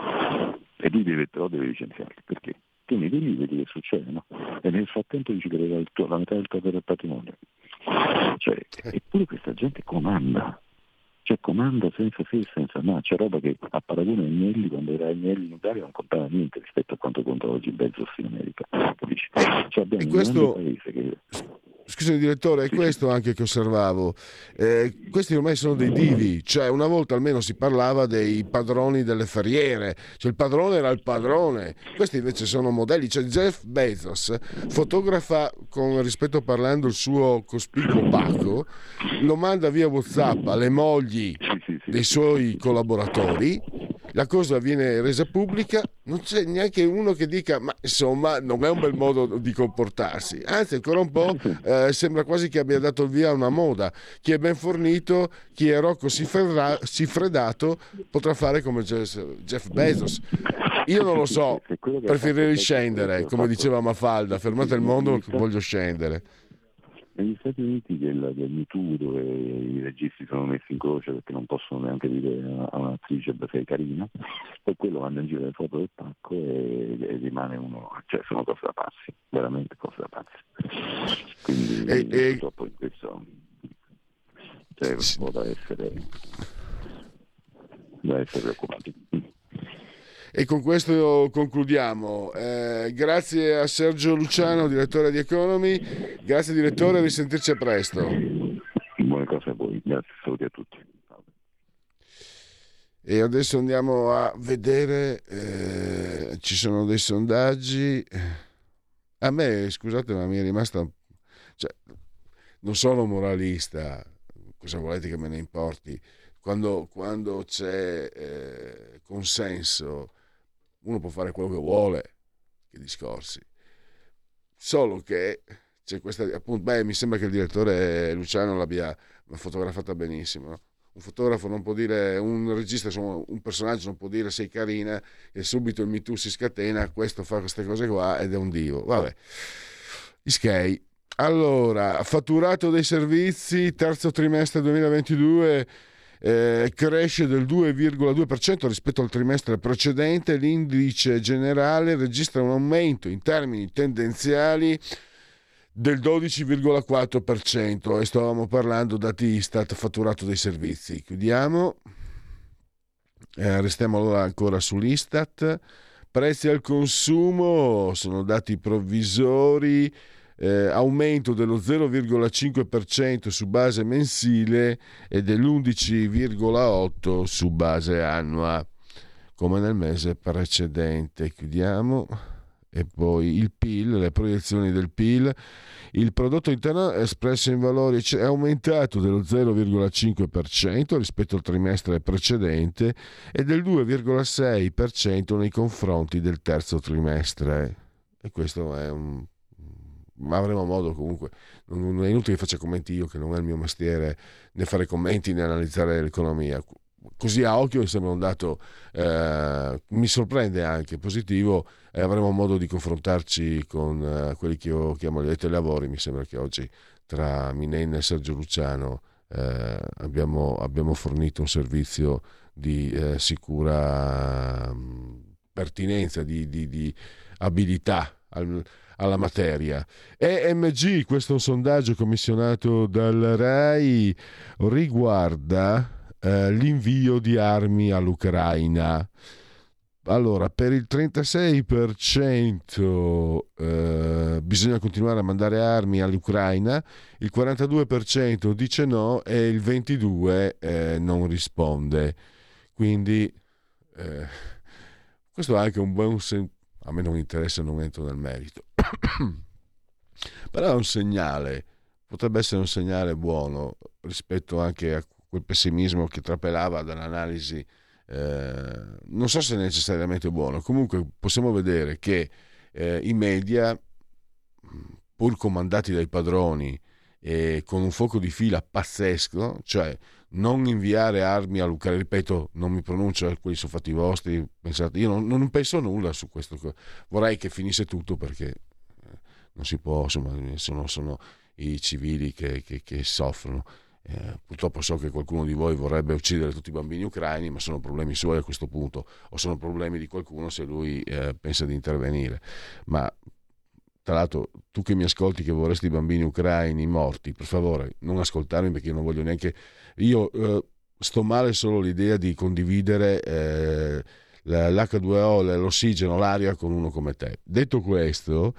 E lui deve licenziarli. Perché? Quindi lì vedi che succede, no? E nel frattempo dici che regala la metà del tuo patrimonio. Cioè, eppure questa gente comanda senza se e senza ma. C'è roba che a paragone Agnelli, quando era Agnelli in Italia, non contava niente rispetto a quanto conta oggi Bezos in America, capisci? Cioè, abbiamo un grande paese che... Scusami direttore, è questo anche che osservavo. Questi ormai sono dei divi, cioè una volta almeno si parlava dei padroni delle ferriere, cioè il padrone era il padrone, questi invece sono modelli, cioè Jeff Bezos fotografa, con rispetto parlando, il suo cospicuo pacco, lo manda via WhatsApp alle mogli dei suoi collaboratori, la cosa viene resa pubblica, non c'è neanche uno che dica ma insomma non è un bel modo di comportarsi, anzi ancora un po' sembra quasi che abbia dato il via a una moda. Chi è ben fornito, chi è rocco siffredato potrà fare come Jeff Bezos. Io non lo so, preferirei scendere, come diceva Mafalda, fermate il mondo, voglio scendere. Negli Stati Uniti del Me Too, dove i registi sono messi in croce perché non possono neanche dire a un'attrice sei carina, poi quello manda in giro le foto del pacco e rimane uno, cioè sono cose da pazzi, veramente cose da pazzi. Quindi purtroppo in questo può da essere preoccupati. E con questo concludiamo. Grazie a Sergio Luciano, direttore di Economy. Grazie direttore, a risentirci a presto. Buone cose a voi, grazie, saluti a tutti. E adesso andiamo a vedere, ci sono dei sondaggi. A me, scusate, ma mi è rimasta... Cioè, non sono moralista, cosa volete che me ne importi? Quando c'è consenso, uno può fare quello che vuole, che discorsi. Solo che c'è questa... appunto, mi sembra che il direttore Luciano l'abbia fotografata benissimo, no? Un fotografo non può dire, un regista, insomma, un personaggio non può dire sei carina e subito il Me Too si scatena, questo fa queste cose qua ed è un divo. Vabbè, ischei. Allora, fatturato dei servizi, terzo trimestre 2022 cresce del 2,2% rispetto al trimestre precedente, l'indice generale registra un aumento in termini tendenziali del 12,4% e stavamo parlando dati Istat, fatturato dei servizi. Chiudiamo, restiamo allora ancora sull'Istat. Prezzi al consumo sono dati provvisori, aumento dello 0,5% su base mensile e dell'11,8% su base annua, come nel mese precedente. Chiudiamo. E poi il PIL, le proiezioni del PIL, il prodotto interno espresso in valori è aumentato dello 0,5% rispetto al trimestre precedente e del 2,6% nei confronti del terzo trimestre. E questo è ma avremo modo comunque, non è inutile che faccia commenti io, che non è il mio mestiere né fare commenti né analizzare l'economia. Così a occhio mi sembra un dato, mi sorprende anche positivo, e avremo modo di confrontarci con quelli che io chiamo gli lavori. Mi sembra che oggi tra Minen e Sergio Luciano abbiamo fornito un servizio di sicura pertinenza, di abilità alla materia. EMG, questo è un sondaggio commissionato dal RAI, riguarda l'invio di armi all'Ucraina. Allora, per il 36% bisogna continuare a mandare armi all'Ucraina, il 42% dice no e il 22% non risponde. Quindi questo è anche un buon a me non interessa, non entro nel merito. Però è un segnale, potrebbe essere un segnale buono rispetto anche a quel pessimismo che trapelava dall'analisi, non so se è necessariamente buono. Comunque possiamo vedere che i media, pur comandati dai padroni e con un fuoco di fila pazzesco, cioè non inviare armi all'Ucraina, ripeto, non mi pronuncio, quelli sono fatti vostri, pensate, io non penso nulla su questo, vorrei che finisse tutto perché non si può, insomma, sono i civili che soffrono. Purtroppo so che qualcuno di voi vorrebbe uccidere tutti i bambini ucraini, ma sono problemi suoi a questo punto, o sono problemi di qualcuno se lui pensa di intervenire. Ma tra l'altro, tu che mi ascolti che vorresti i bambini ucraini morti, per favore non ascoltarmi, perché io non voglio neanche, io sto male solo l'idea di condividere l'H2O, l'ossigeno, l'aria con uno come te. Detto questo,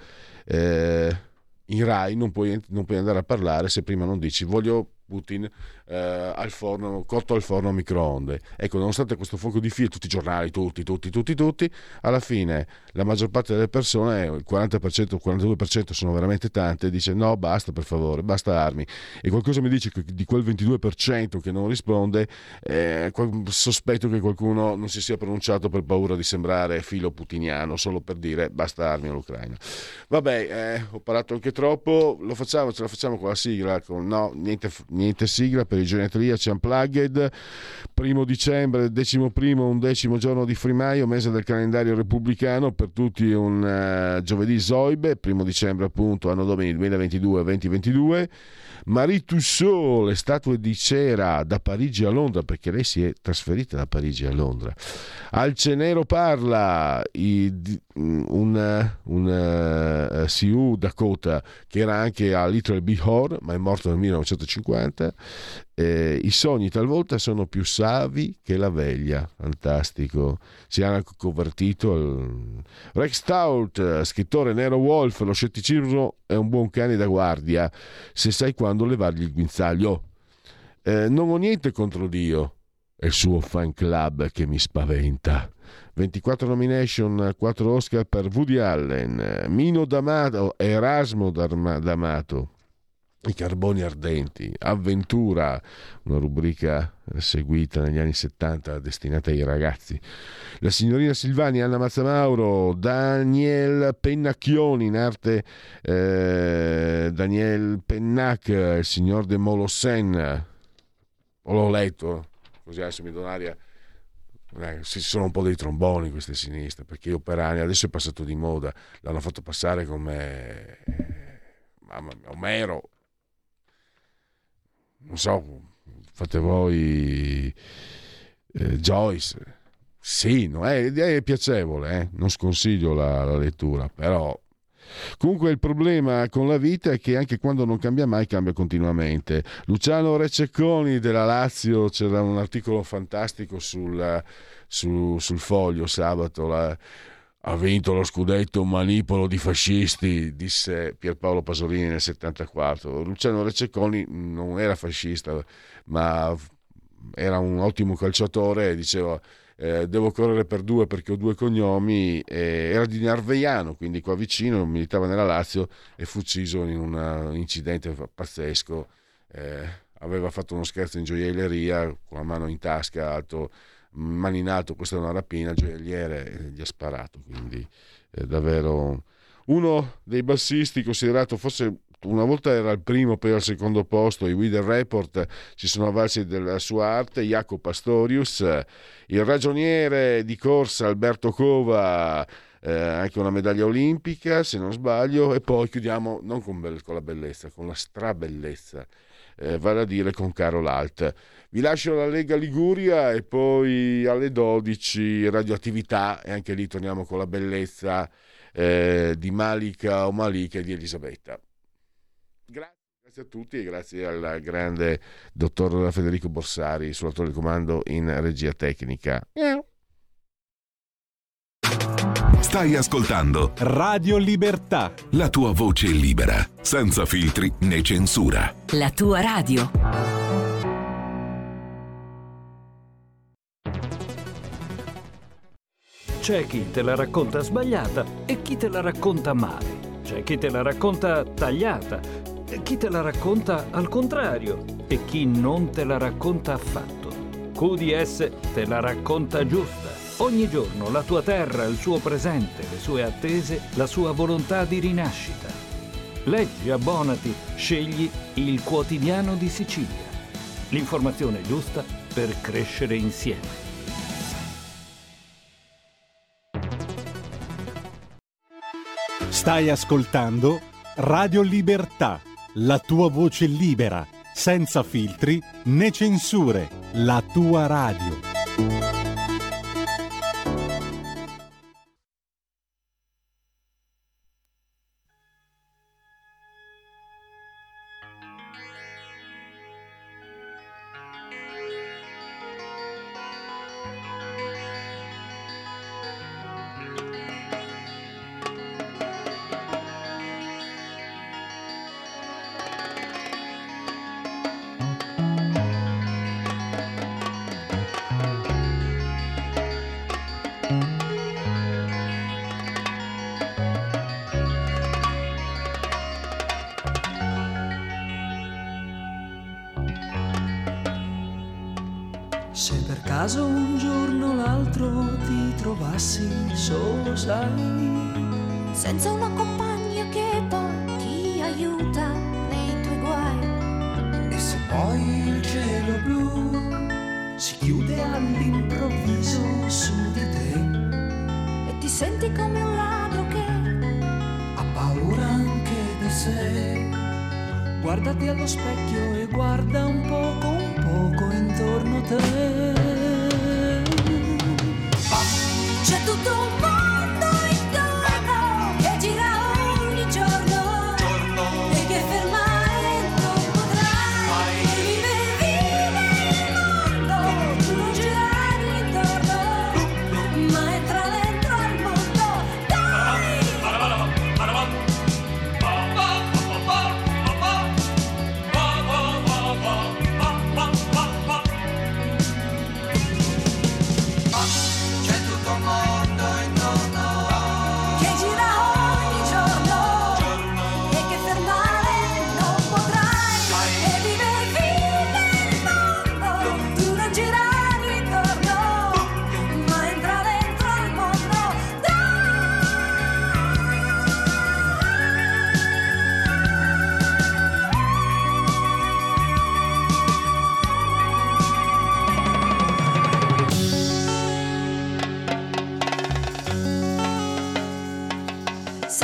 in Rai non puoi andare a parlare se prima non dici voglio Putin al forno, cotto al forno a microonde. Ecco, nonostante questo fuoco di fila, tutti i giornali, tutti, alla fine la maggior parte delle persone, il 40%, il 42% sono veramente tante, dice no, basta per favore, basta armi. E qualcosa mi dice che di quel 22% che non risponde, sospetto che qualcuno non si sia pronunciato per paura di sembrare filo putiniano, solo per dire basta armi all'Ucraina. Vabbè, ho parlato anche troppo, ce la facciamo con la sigla, no, niente sigla per i genetriaci Unplugged. 1 dicembre, 11° giorno di Frimaio, mese del calendario repubblicano, per tutti un giovedì Zoibe, 1 dicembre appunto, anno domini 2022. Marie Tussaud, le statue di cera da Parigi a Londra, perché lei si è trasferita da Parigi a Londra. Alcenero parla, un Sioux Dakota che era anche a Little Big Horn, ma è morto nel 1950. I sogni talvolta sono più savi che la veglia. Fantastico. Si è convertito Rex Stout, scrittore Nero Wolf, lo scetticismo è un buon cane da guardia se sai quando levargli il guinzaglio. Non ho niente contro Dio, è il suo fan club che mi spaventa. 24 nomination, 4 Oscar per Woody Allen, Mino D'Amato, Erasmo D'Amato, I Carboni Ardenti, Avventura, una rubrica seguita negli anni 70 destinata ai ragazzi, La signorina Silvani, Anna Mazzamauro, Daniel Pennacchioni in arte, Daniel Pennac, Il signor de Molossen, l'ho letto, così adesso mi do un'aria. Ci sono un po' dei tromboni queste sinistre, perché io per anni, adesso è passato di moda, l'hanno fatto passare come Omero, non so, fate voi Joyce, sì, no, è piacevole, non sconsiglio la lettura, però comunque il problema con la vita è che anche quando non cambia mai, cambia continuamente. Luciano Rececconi della Lazio, c'era un articolo fantastico sul Foglio sabato, ha vinto lo scudetto un manipolo di fascisti, disse Pierpaolo Pasolini nel 74. Luciano Rececconi non era fascista, ma era un ottimo calciatore e diceva devo correre per due perché ho 2 cognomi, era di Nerveiano, quindi qua vicino, militava nella Lazio e fu ucciso in un incidente pazzesco. Aveva fatto uno scherzo in gioielleria con la mano in tasca, mano in alto, questa è una rapina, il gioielliere gli ha sparato, quindi davvero uno dei bassisti considerato, forse una volta era il primo, poi al secondo posto. I Weather Report ci sono avvalsi della sua arte. Jaco Pastorius, il ragioniere di corsa Alberto Cova, anche una medaglia olimpica se non sbaglio, e poi chiudiamo non con la bellezza, con la strabellezza, vale a dire con Carol Alt. Vi lascio la Lega Liguria e poi alle 12 Radioattività, e anche lì torniamo con la bellezza di Malika o Malika e di Elisabetta. Grazie a tutti e grazie al grande dottor Federico Borsari, sulla torre di comando in regia tecnica. Stai ascoltando Radio Libertà, la tua voce libera, senza filtri né censura. La tua radio. C'è chi te la racconta sbagliata e chi te la racconta male. C'è chi te la racconta tagliata, chi te la racconta al contrario e chi non te la racconta affatto. QDS te la racconta giusta. Ogni giorno la tua terra, il suo presente, le sue attese, la sua volontà di rinascita. Leggi, abbonati, scegli il Quotidiano di Sicilia. L'informazione giusta per crescere insieme. Stai ascoltando Radio Libertà, la tua voce libera, senza filtri né censure, la tua radio. Se per caso un giorno o l'altro ti trovassi solo, sai, senza una compagna che poi ti aiuta nei tuoi guai, e se poi il cielo blu si chiude all'improvviso su di te e ti senti come un ladro che ha paura anche di sé, guardati allo specchio e guarda un poco intorno a te. C'è tutto un mondo intorno che gira ogni giorno e che fermare non potrai. Vive il mondo, tu non girare intorno, ma entra dentro al mondo, dai!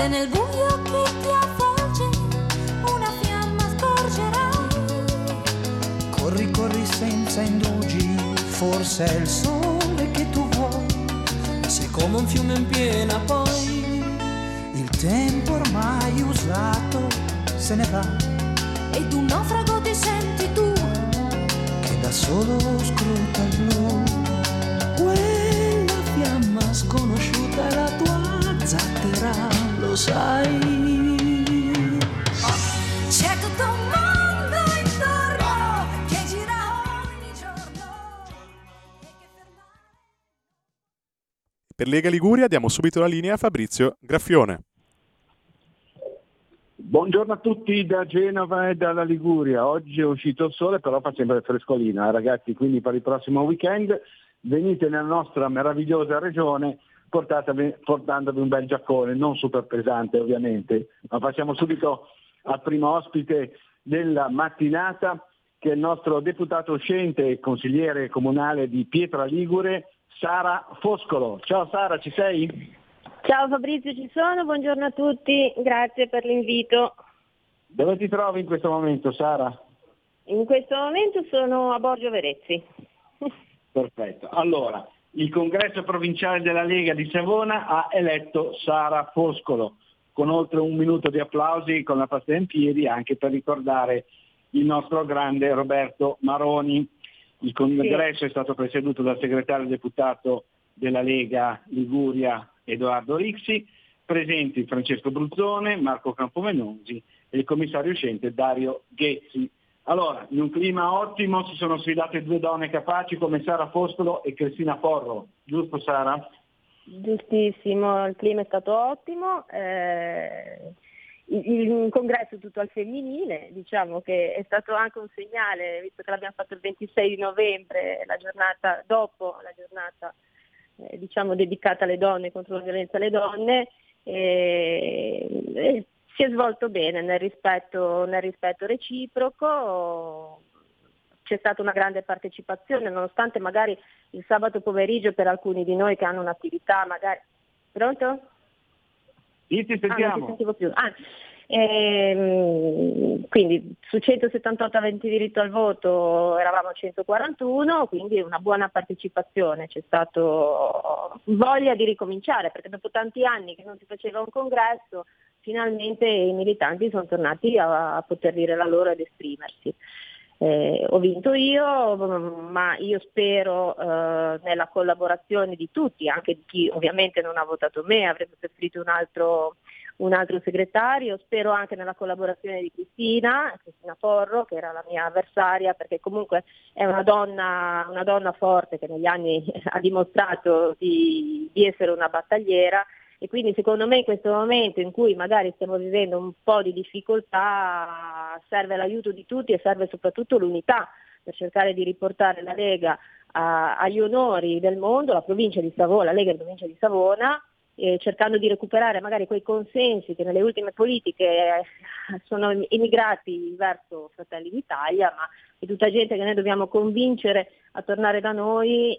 se nel buio che ti avvolge una fiamma scorgerai. Corri, corri senza indugi, forse è il sole che tu vuoi. Sei come un fiume in piena, poi il tempo ormai usato se ne va. Ed un naufrago ti senti tu, che da solo scruta il blu. Quella fiamma sconosciuta è la tua zattera, lo sai. c'è tutto un mondo intorno che gira ogni giorno. Per Lega Liguria diamo subito la linea a Fabrizio Graffione. Buongiorno a tutti da Genova e dalla Liguria. Oggi è uscito il sole, però fa sempre frescolina, ragazzi, quindi per il prossimo weekend venite nella nostra meravigliosa regione, portandovi un bel giaccone, non super pesante ovviamente, ma passiamo subito al primo ospite della mattinata, che è il nostro deputato uscente e consigliere comunale di Pietra Ligure, Sara Foscolo. Ciao Sara, ci sei? Ciao Fabrizio, ci sono, buongiorno a tutti, grazie per l'invito. Dove ti trovi in questo momento, Sara? In questo momento sono a Borgio Verezzi. Perfetto, allora, il congresso provinciale della Lega di Savona ha eletto Sara Foscolo, con oltre 1 minuto di applausi con la pasta in piedi, anche per ricordare il nostro grande Roberto Maroni. Il congresso è stato presieduto dal segretario deputato della Lega Liguria, Edoardo Rixi, presenti Francesco Bruzzone, Marco Campomenosi e il commissario uscente Dario Ghezzi. Allora, in un clima ottimo si sono sfidate 2 donne capaci come Sara Foscolo e Cristina Porro, giusto Sara? Giustissimo, il clima è stato ottimo, il congresso è tutto al femminile, diciamo che è stato anche un segnale, visto che l'abbiamo fatto il 26 di novembre, la giornata dopo la giornata diciamo dedicata alle donne, contro la violenza alle donne, e si è svolto bene nel rispetto reciproco. C'è stata una grande partecipazione, nonostante magari il sabato pomeriggio per alcuni di noi che hanno un'attività magari... Pronto? Sì, ti sentiamo. Non ti sentivo più. Quindi su 178 aventi diritto al voto eravamo 141, quindi una buona partecipazione, c'è stato voglia di ricominciare, perché dopo tanti anni che non si faceva un congresso, finalmente i militanti sono tornati a poter dire la loro ed esprimersi. Ho vinto io, ma io spero nella collaborazione di tutti, anche di chi ovviamente non ha votato me, avrebbe preferito un altro segretario, spero anche nella collaborazione di Cristina Porro, che era la mia avversaria, perché comunque è una donna forte che negli anni ha dimostrato di essere una battagliera, e quindi secondo me in questo momento in cui magari stiamo vivendo un po' di difficoltà serve l'aiuto di tutti e serve soprattutto l'unità per cercare di riportare la Lega agli onori del mondo, la provincia di Savona, la Lega in provincia di Savona, cercando di recuperare magari quei consensi che nelle ultime politiche sono emigrati verso Fratelli d'Italia, ma è tutta gente che noi dobbiamo convincere a tornare da noi,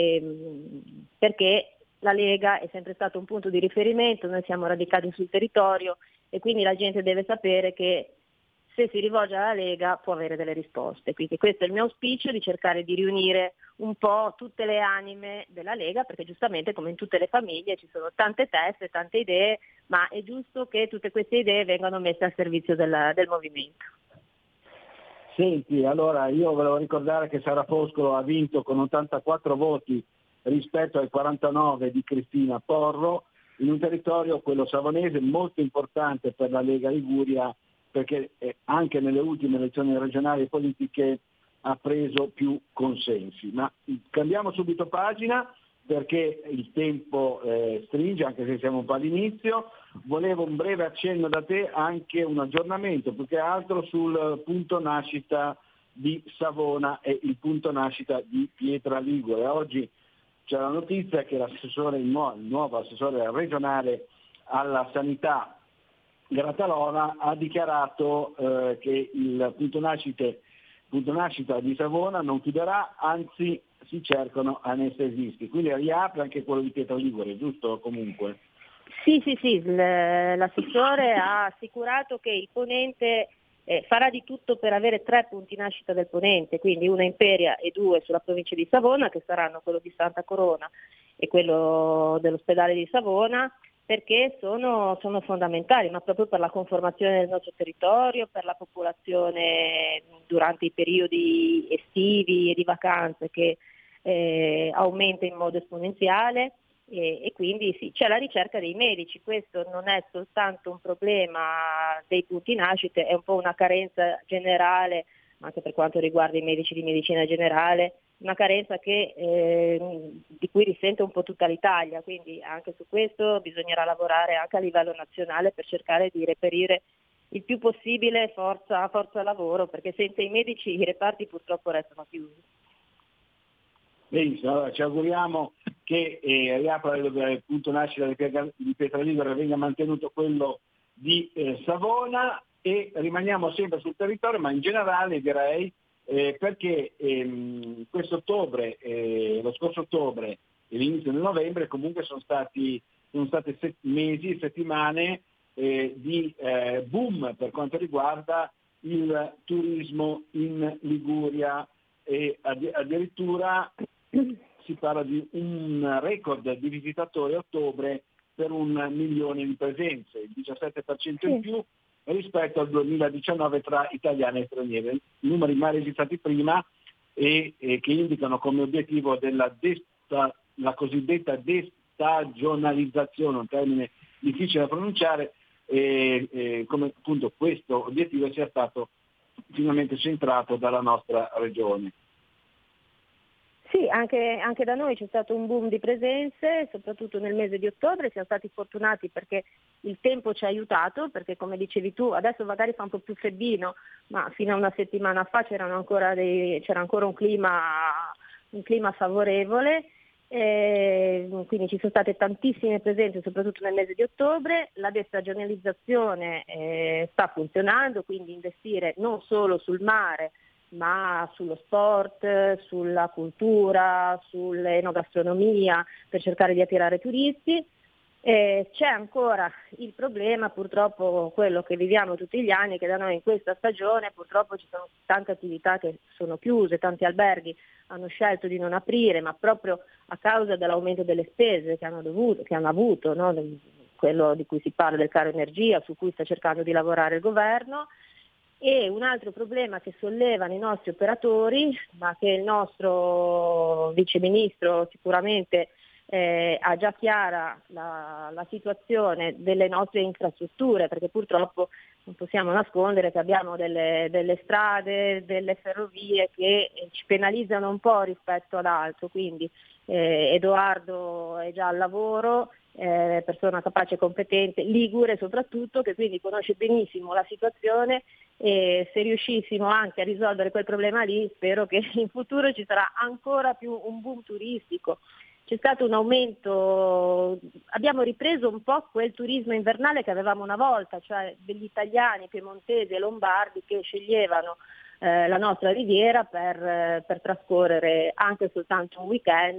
perché la Lega è sempre stato un punto di riferimento, noi siamo radicati sul territorio e quindi la gente deve sapere che se si rivolge alla Lega può avere delle risposte. Quindi questo è il mio auspicio, di cercare di riunire un po' tutte le anime della Lega, perché giustamente come in tutte le famiglie ci sono tante teste, tante idee, ma è giusto che tutte queste idee vengano messe al servizio del movimento. Senti, allora io volevo ricordare che Sara Foscolo ha vinto con 84 voti rispetto ai 49 di Cristina Porro, in un territorio, quello savonese, molto importante per la Lega Liguria, perché anche nelle ultime elezioni regionali e politiche ha preso più consensi. Ma cambiamo subito pagina, perché il tempo stringe, anche se siamo un po' all'inizio. Volevo un breve accenno da te, anche un aggiornamento, più che altro sul punto nascita di Savona e il punto nascita di Pietra Ligure. Oggi c'è la notizia che l'assessore, il nuovo assessore regionale alla sanità Grattalona ha dichiarato che il punto nascita di Savona non chiuderà, anzi si cercano anestesisti, quindi riapre anche quello di Pietra Ligure, giusto comunque? Sì, l'assessore ha assicurato che il ponente farà di tutto per avere 3 punti nascita del ponente, quindi una in Peria e 2 sulla provincia di Savona, che saranno quello di Santa Corona e quello dell'ospedale di Savona, perché sono fondamentali, ma proprio per la conformazione del nostro territorio, per la popolazione durante i periodi estivi e di vacanze che aumenta in modo esponenziale. E quindi sì, c'è la ricerca dei medici, questo non è soltanto un problema dei punti nascite, è un po' una carenza generale, anche per quanto riguarda i medici di medicina generale, una carenza di cui risente un po' tutta l'Italia, quindi anche su questo bisognerà lavorare anche a livello nazionale per cercare di reperire il più possibile forza lavoro, perché senza i medici i reparti purtroppo restano chiusi. Benissimo, allora ci auguriamo che riapra il punto nascita di Pietraligure, venga mantenuto quello di Savona, e rimaniamo sempre sul territorio, ma in generale direi, perché questo ottobre, lo scorso ottobre e l'inizio di novembre comunque sono state mesi, settimane di boom per quanto riguarda il turismo in Liguria, e addirittura si parla di un record di visitatori a ottobre per 1 milione di presenze, il 17% in più rispetto al 2019 tra italiani e stranieri, numeri mai registrati prima e che indicano come obiettivo la cosiddetta destagionalizzazione, un termine difficile da pronunciare, come appunto questo obiettivo sia stato finalmente centrato dalla nostra regione. Sì, anche da noi c'è stato un boom di presenze, soprattutto nel mese di ottobre. Siamo stati fortunati perché il tempo ci ha aiutato, perché come dicevi tu, adesso magari fa un po' più freddino, ma fino a una settimana fa c'era ancora un clima favorevole, quindi ci sono state tantissime presenze, soprattutto nel mese di ottobre. La destagionalizzazione sta funzionando, quindi investire non solo sul mare, ma sullo sport, sulla cultura, sull'enogastronomia, per cercare di attirare turisti. C'è ancora il problema, purtroppo quello che viviamo tutti gli anni, che da noi in questa stagione purtroppo ci sono tante attività che sono chiuse, tanti alberghi hanno scelto di non aprire, ma proprio a causa dell'aumento delle spese che hanno avuto, no? Quello di cui si parla del caro energia, su cui sta cercando di lavorare il governo. E un altro problema che sollevano i nostri operatori, ma che il nostro viceministro sicuramente ha già chiara la situazione delle nostre infrastrutture, perché purtroppo non possiamo nascondere che abbiamo delle strade, delle ferrovie che ci penalizzano un po' rispetto ad altro, quindi Edoardo è già al lavoro, persona capace e competente, ligure soprattutto, che quindi conosce benissimo la situazione, e se riuscissimo anche a risolvere quel problema lì, spero che in futuro ci sarà ancora più un boom turistico. C'è stato un aumento, abbiamo ripreso un po' quel turismo invernale che avevamo una volta, cioè degli italiani, piemontesi e lombardi che sceglievano la nostra riviera per trascorrere anche soltanto un weekend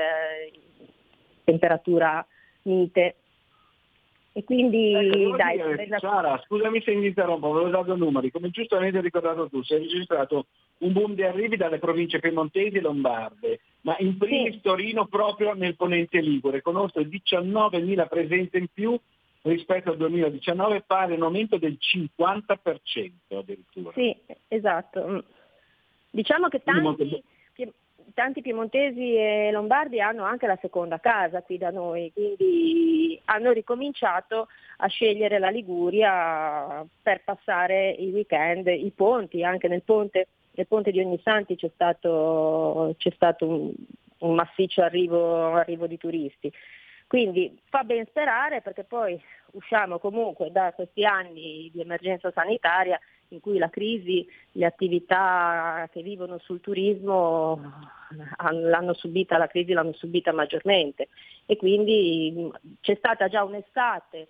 temperatura mite. E quindi Sara, scusami se mi interrompo, avevo dato numeri, come giustamente hai ricordato tu, si è registrato un boom di arrivi dalle province piemontesi e lombarde, ma in primis Torino proprio nel ponente ligure, con oltre 19.000 presenze in più rispetto al 2019, pari a un aumento del 50% addirittura. Sì, esatto. Diciamo che tanti piemontesi e lombardi hanno anche la seconda casa qui da noi, quindi hanno ricominciato a scegliere la Liguria per passare i weekend, i ponti. Anche nel ponte di Ognissanti c'è stato un massiccio arrivo di turisti. Quindi fa ben sperare, perché poi usciamo comunque da questi anni di emergenza sanitaria in cui la crisi, le attività che vivono sul turismo l'hanno subita maggiormente, e quindi c'è stata già un'estate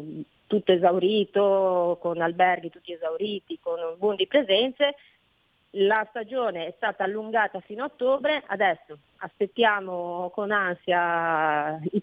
tutto esaurito, con alberghi tutti esauriti, con un boom di presenze, la stagione è stata allungata fino a ottobre, adesso aspettiamo con ansia il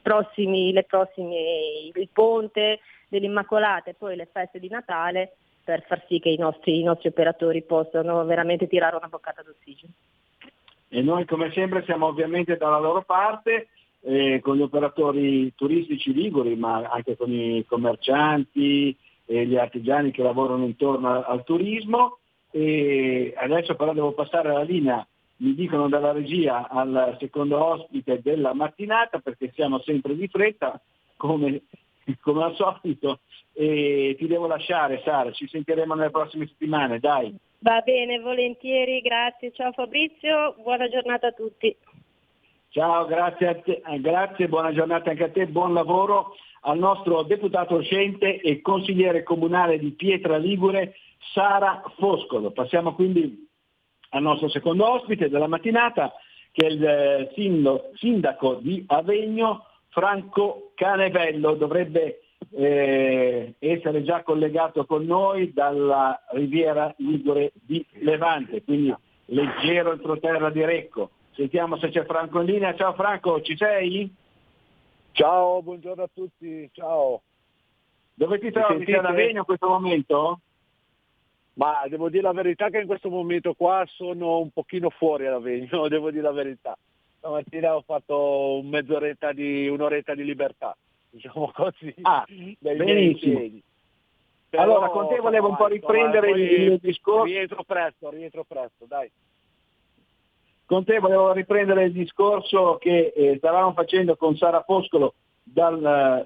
ponte dell'Immacolata e poi le feste di Natale per far sì che i nostri operatori possano veramente tirare una boccata d'ossigeno. E noi come sempre siamo ovviamente dalla loro parte, con gli operatori turistici liguri, ma anche con i commercianti e gli artigiani che lavorano intorno al turismo. E adesso però devo passare la linea, mi dicono dalla regia, al secondo ospite della mattinata, perché siamo sempre di fretta come al solito, e ti devo lasciare, Sara, ci sentiremo nelle prossime settimane, dai. Va bene, volentieri, grazie, ciao Fabrizio, buona giornata a tutti. Ciao, grazie a te, grazie, buona giornata anche a te, buon lavoro al nostro deputato uscente e consigliere comunale di Pietra Ligure, Sara Foscolo. Passiamo quindi al nostro secondo ospite della mattinata, che è il sindaco di Avegno, Franco Canevello. Dovrebbe essere già collegato con noi dalla Riviera Ligure di Levante, quindi leggero entroterra di Recco. Sentiamo se c'è Franco in linea. Ciao Franco, ci sei? Ciao, buongiorno a tutti, ciao. Dove ti trovi? Sei ad Avegno in questo momento? Ma devo dire la verità che in questo momento qua sono un pochino fuori ad Avegno, devo dire la verità. Stamattina ho fatto un'oretta di libertà, diciamo così. Benissimo. Però, allora, con te volevo un po' riprendere il discorso. Rientro presto, dai. Con te volevo riprendere il discorso che stavamo facendo con Sara Foscolo dalla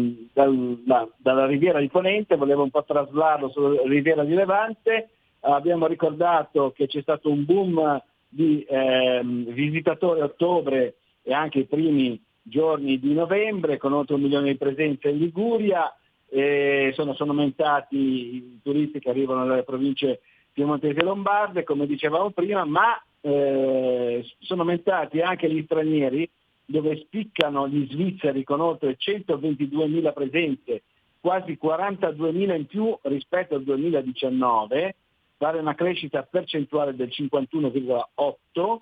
Riviera di Ponente, volevo un po' traslarlo sulla Riviera di Levante. Abbiamo ricordato che c'è stato un boom di visitatori a ottobre e anche i primi giorni di novembre, con oltre 1 milione di presenze in Liguria. Sono aumentati i turisti che arrivano dalle province piemontesi e lombarde, come dicevamo prima, ma sono aumentati anche gli stranieri, dove spiccano gli svizzeri con oltre 122.000 presenze, quasi 42.000 in più rispetto al 2019, pare una crescita percentuale del 51,8%,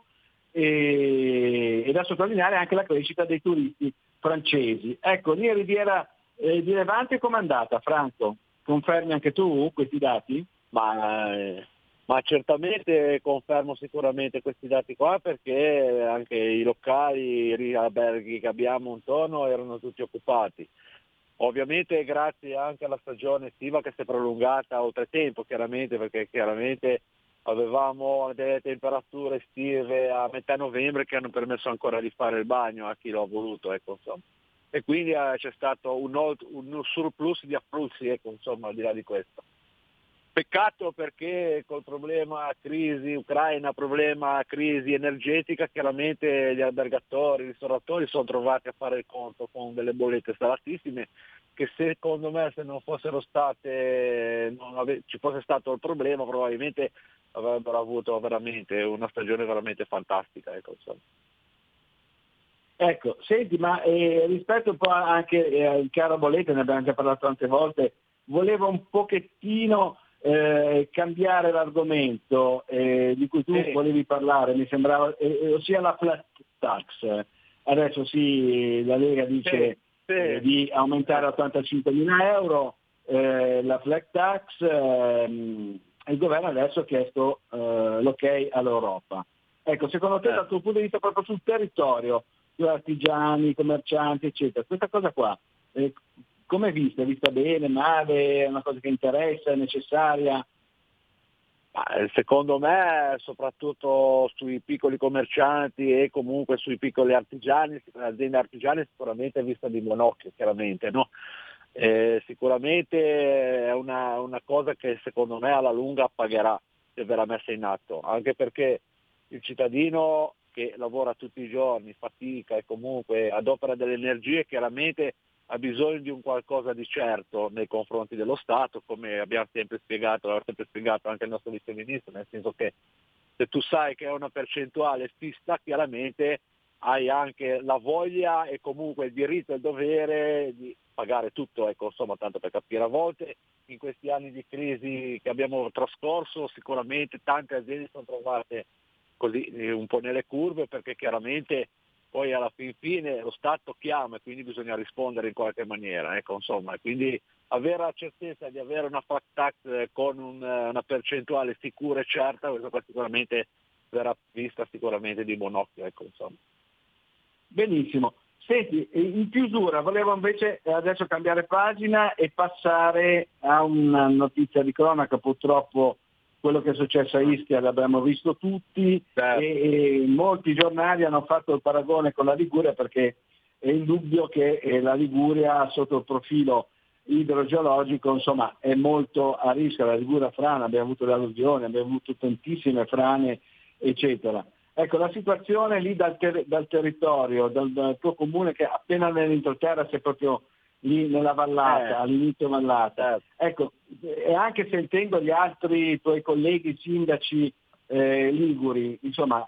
e da sottolineare anche la crescita dei turisti francesi. Ecco, lì a Riviera di Levante com'è andata, Franco? Confermi anche tu questi dati? Ma certamente confermo sicuramente questi dati qua, perché anche i locali, gli alberghi che abbiamo intorno erano tutti occupati. Ovviamente grazie anche alla stagione estiva che si è prolungata oltretempo, chiaramente, perché avevamo delle temperature estive a metà novembre che hanno permesso ancora di fare il bagno a chi lo ha voluto, ecco, insomma. E quindi c'è stato un surplus di afflussi, ecco, insomma, al di là di questo. Peccato perché col problema crisi ucraina, problema crisi energetica, chiaramente gli albergatori, i ristoratori sono trovati a fare il conto con delle bollette salatissime, che secondo me se non fossero state, ci fosse stato il problema, probabilmente avrebbero avuto veramente una stagione veramente fantastica. Ecco, senti, ma rispetto un po' anche al caro bollette, ne abbiamo già parlato tante volte, volevo un pochettino cambiare l'argomento di cui tu volevi parlare, mi sembrava, ossia la flat tax. Adesso sì, la Lega dice di aumentare a 85.000 euro la flat tax, il governo adesso ha chiesto l'ok all'Europa. Ecco, secondo te dal tuo punto di vista proprio sul territorio, gli artigiani, commercianti, eccetera, questa cosa qua, come è vista? È vista bene, male, è una cosa che interessa, è necessaria? Secondo me, soprattutto sui piccoli commercianti e comunque sui piccoli artigiani, aziende artigiane, sicuramente è vista di buon occhio, chiaramente, no? Sicuramente è una cosa che secondo me alla lunga pagherà se verrà messa in atto, anche perché il cittadino che lavora tutti i giorni, fatica e comunque adopera delle energie, chiaramente ha bisogno di un qualcosa di certo nei confronti dello Stato, come abbiamo sempre spiegato, l'ha sempre spiegato anche il nostro vice ministro, nel senso che se tu sai che è una percentuale fissa, chiaramente hai anche la voglia e comunque il diritto e il dovere di pagare tutto, ecco, insomma, tanto per capire. A volte in questi anni di crisi che abbiamo trascorso sicuramente tante aziende sono trovate così un po' nelle curve, perché chiaramente poi alla fine lo Stato chiama e quindi bisogna rispondere in qualche maniera, ecco, insomma, quindi avere la certezza di avere una flat tax con una percentuale sicura e certa, questo qua sicuramente verrà vista sicuramente di buon occhio, ecco, insomma. Benissimo. Senti, in chiusura volevo invece adesso cambiare pagina e passare a una notizia di cronaca. Purtroppo quello che è successo a Ischia l'abbiamo visto tutti, e molti giornali hanno fatto il paragone con la Liguria, perché è indubbio che la Liguria sotto il profilo idrogeologico insomma è molto a rischio. La Liguria frana, abbiamo avuto le alluvioni, abbiamo avuto tantissime frane eccetera. Ecco, la situazione lì dal territorio, dal tuo comune, che appena nell'entroterra sei proprio lì nella vallata, all'inizio vallata. Ecco, e anche sentendo gli altri tuoi colleghi sindaci liguri, insomma,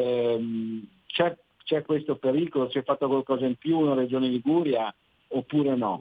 c'è questo pericolo? Si è fatto qualcosa in più in Regione Liguria oppure no?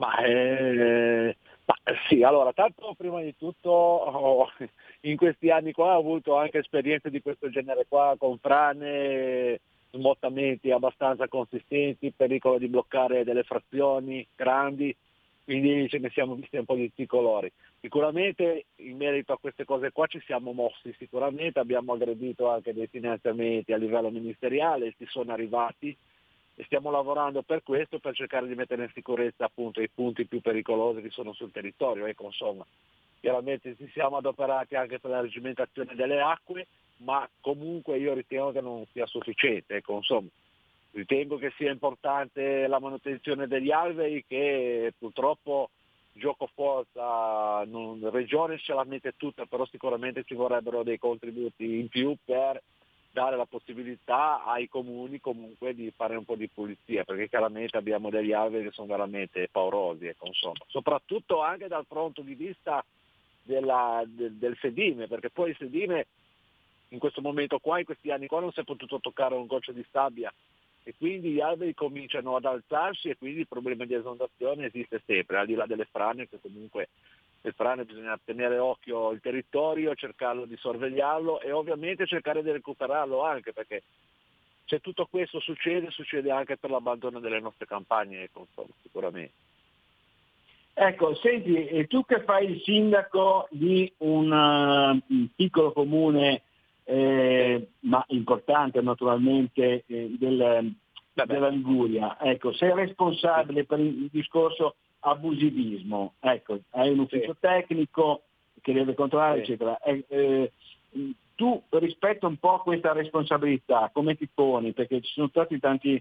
Sì, allora, tanto prima di tutto in questi anni qua ho avuto anche esperienze di questo genere qua, con frane, smottamenti abbastanza consistenti, pericolo di bloccare delle frazioni grandi, quindi ce ne siamo visti un po' di tutti i colori. Sicuramente in merito a queste cose qua ci siamo mossi, sicuramente abbiamo aggredito anche dei finanziamenti a livello ministeriale, ci sono arrivati, e stiamo lavorando per questo, per cercare di mettere in sicurezza appunto i punti più pericolosi che sono sul territorio, ecco, insomma. Chiaramente ci siamo adoperati anche per la reggimentazione delle acque, ma comunque io ritengo che non sia sufficiente, ecco, insomma. Ritengo che sia importante la manutenzione degli alvei, che purtroppo gioco forza, Regione ce la mette tutta, però sicuramente ci vorrebbero dei contributi in più per dare la possibilità ai comuni comunque di fare un po' di pulizia, perché chiaramente abbiamo degli alvei che sono veramente paurosi, ecco, insomma. Soprattutto anche dal punto di vista del sedime, perché poi il sedime in questo momento qua, in questi anni qua, non si è potuto toccare un goccio di sabbia, e quindi gli alberi cominciano ad alzarsi, e quindi il problema di esondazione esiste sempre, al di là delle frane, che comunque le frane bisogna tenere occhio il territorio, cercarlo di sorvegliarlo e ovviamente cercare di recuperarlo anche, perché se tutto questo succede anche per l'abbandono delle nostre campagne, ecco, sicuramente. Ecco, senti, e tu che fai il sindaco di un piccolo comune, ma importante naturalmente, della Liguria, ecco, sei responsabile per il discorso abusivismo, ecco, hai un ufficio tecnico che deve controllare, eccetera. Tu rispetto un po' questa responsabilità, come ti poni? Perché ci sono stati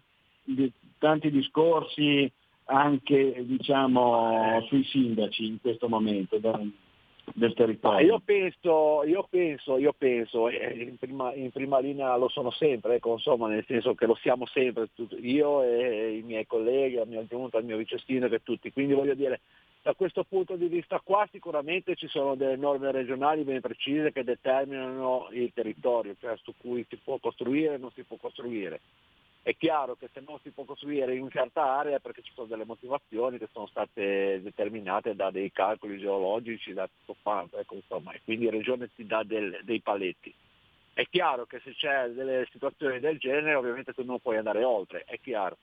tanti discorsi anche, diciamo, sui sindaci in questo momento del territorio. Io penso, in prima linea lo sono sempre, ecco, insomma, nel senso che lo siamo sempre, io e i miei colleghi, la mia giunta, il mio vice sindaco e tutti, quindi voglio dire, da questo punto di vista qua sicuramente ci sono delle norme regionali ben precise che determinano il territorio, cioè su cui si può costruire e non si può costruire. È chiaro che se non si può costruire in una certa area è perché ci sono delle motivazioni che sono state determinate da dei calcoli geologici, da tutto quanto, ecco, insomma, e quindi la regione ti dà dei paletti. È chiaro che se c'è delle situazioni del genere ovviamente tu non puoi andare oltre, è chiaro.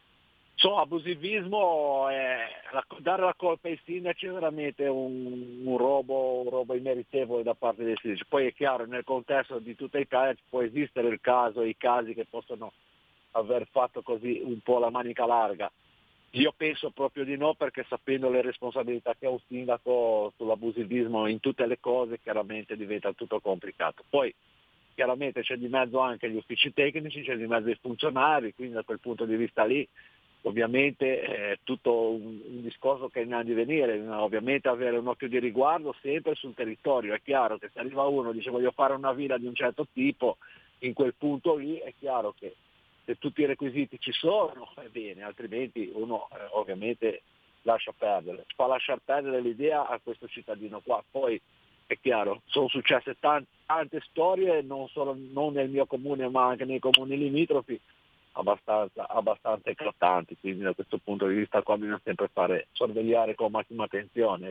Abusivismo, dare la colpa ai sindaci è veramente un robo immeritevole da parte dei sindaci. Poi è chiaro, nel contesto di tutta Italia può esistere i casi che possono aver fatto così un po' la manica larga. Io penso proprio di no, perché sapendo le responsabilità che ha un sindaco sull'abusivismo in tutte le cose, chiaramente diventa tutto complicato. Poi chiaramente c'è di mezzo anche gli uffici tecnici, c'è di mezzo i funzionari, quindi da quel punto di vista lì ovviamente è tutto un discorso che è in addivenire, ovviamente avere un occhio di riguardo sempre sul territorio. È chiaro che se arriva uno e dice voglio fare una villa di un certo tipo, in quel punto lì è chiaro che se tutti i requisiti ci sono, è bene, altrimenti uno ovviamente lascia perdere. Fa lasciar perdere l'idea a questo cittadino qua. Poi è chiaro, sono successe tante storie, non nel mio comune ma anche nei comuni limitrofi, abbastanza eclatanti, quindi da questo punto di vista qua bisogna sempre sorvegliare con massima attenzione.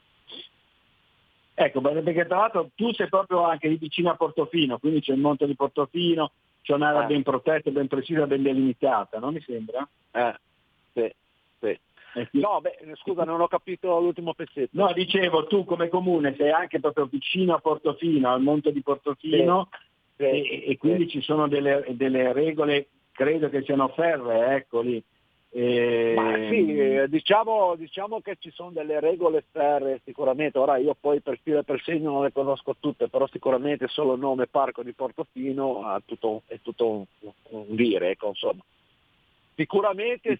Ecco, perché tra l'altro tu sei proprio anche lì vicino a Portofino, quindi c'è il monte di Portofino, c'è un'area ben protetta, ben precisa, ben delimitata, non mi sembra? Sì. No, scusa, non ho capito l'ultimo pezzetto. No, dicevo, tu come comune sei anche proprio vicino a Portofino, al monte di Portofino, e quindi ci sono delle regole, credo che siano ferree, ecco lì. Ma sì, diciamo che ci sono delle regole ferree sicuramente. Ora io poi per filo e per segno non le conosco tutte, però sicuramente solo il nome Parco di Portofino è tutto un dire, ecco, insomma. Sicuramente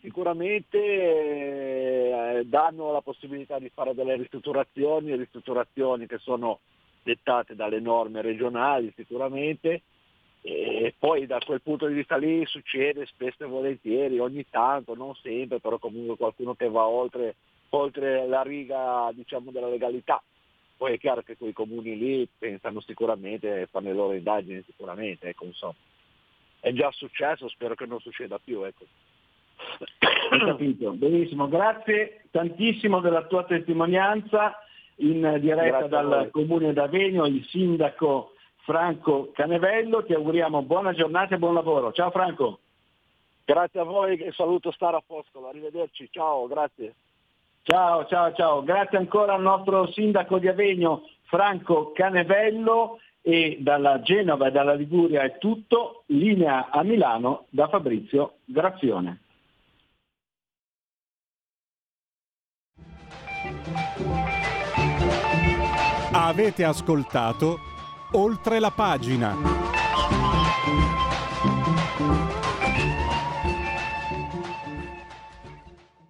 danno la possibilità di fare delle ristrutturazioni che sono dettate dalle norme regionali sicuramente, e poi da quel punto di vista lì succede spesso e volentieri, ogni tanto, non sempre, però comunque qualcuno che va oltre la riga, diciamo, della legalità. Poi è chiaro che quei comuni lì pensano sicuramente, fanno le loro indagini sicuramente, ecco, insomma. È già successo, spero che non succeda più, ecco. Ho capito, benissimo, grazie tantissimo della tua testimonianza in diretta dal comune d'Avegno, il sindaco Franco Canevello. Ti auguriamo buona giornata e buon lavoro. Ciao Franco. Grazie a voi e saluto Stara Foscolo, arrivederci, ciao, grazie. Ciao, grazie ancora al nostro sindaco di Avegno Franco Canevello. E dalla Genova e dalla Liguria è tutto, linea a Milano da Fabrizio Graffione. Avete ascoltato Oltre la pagina.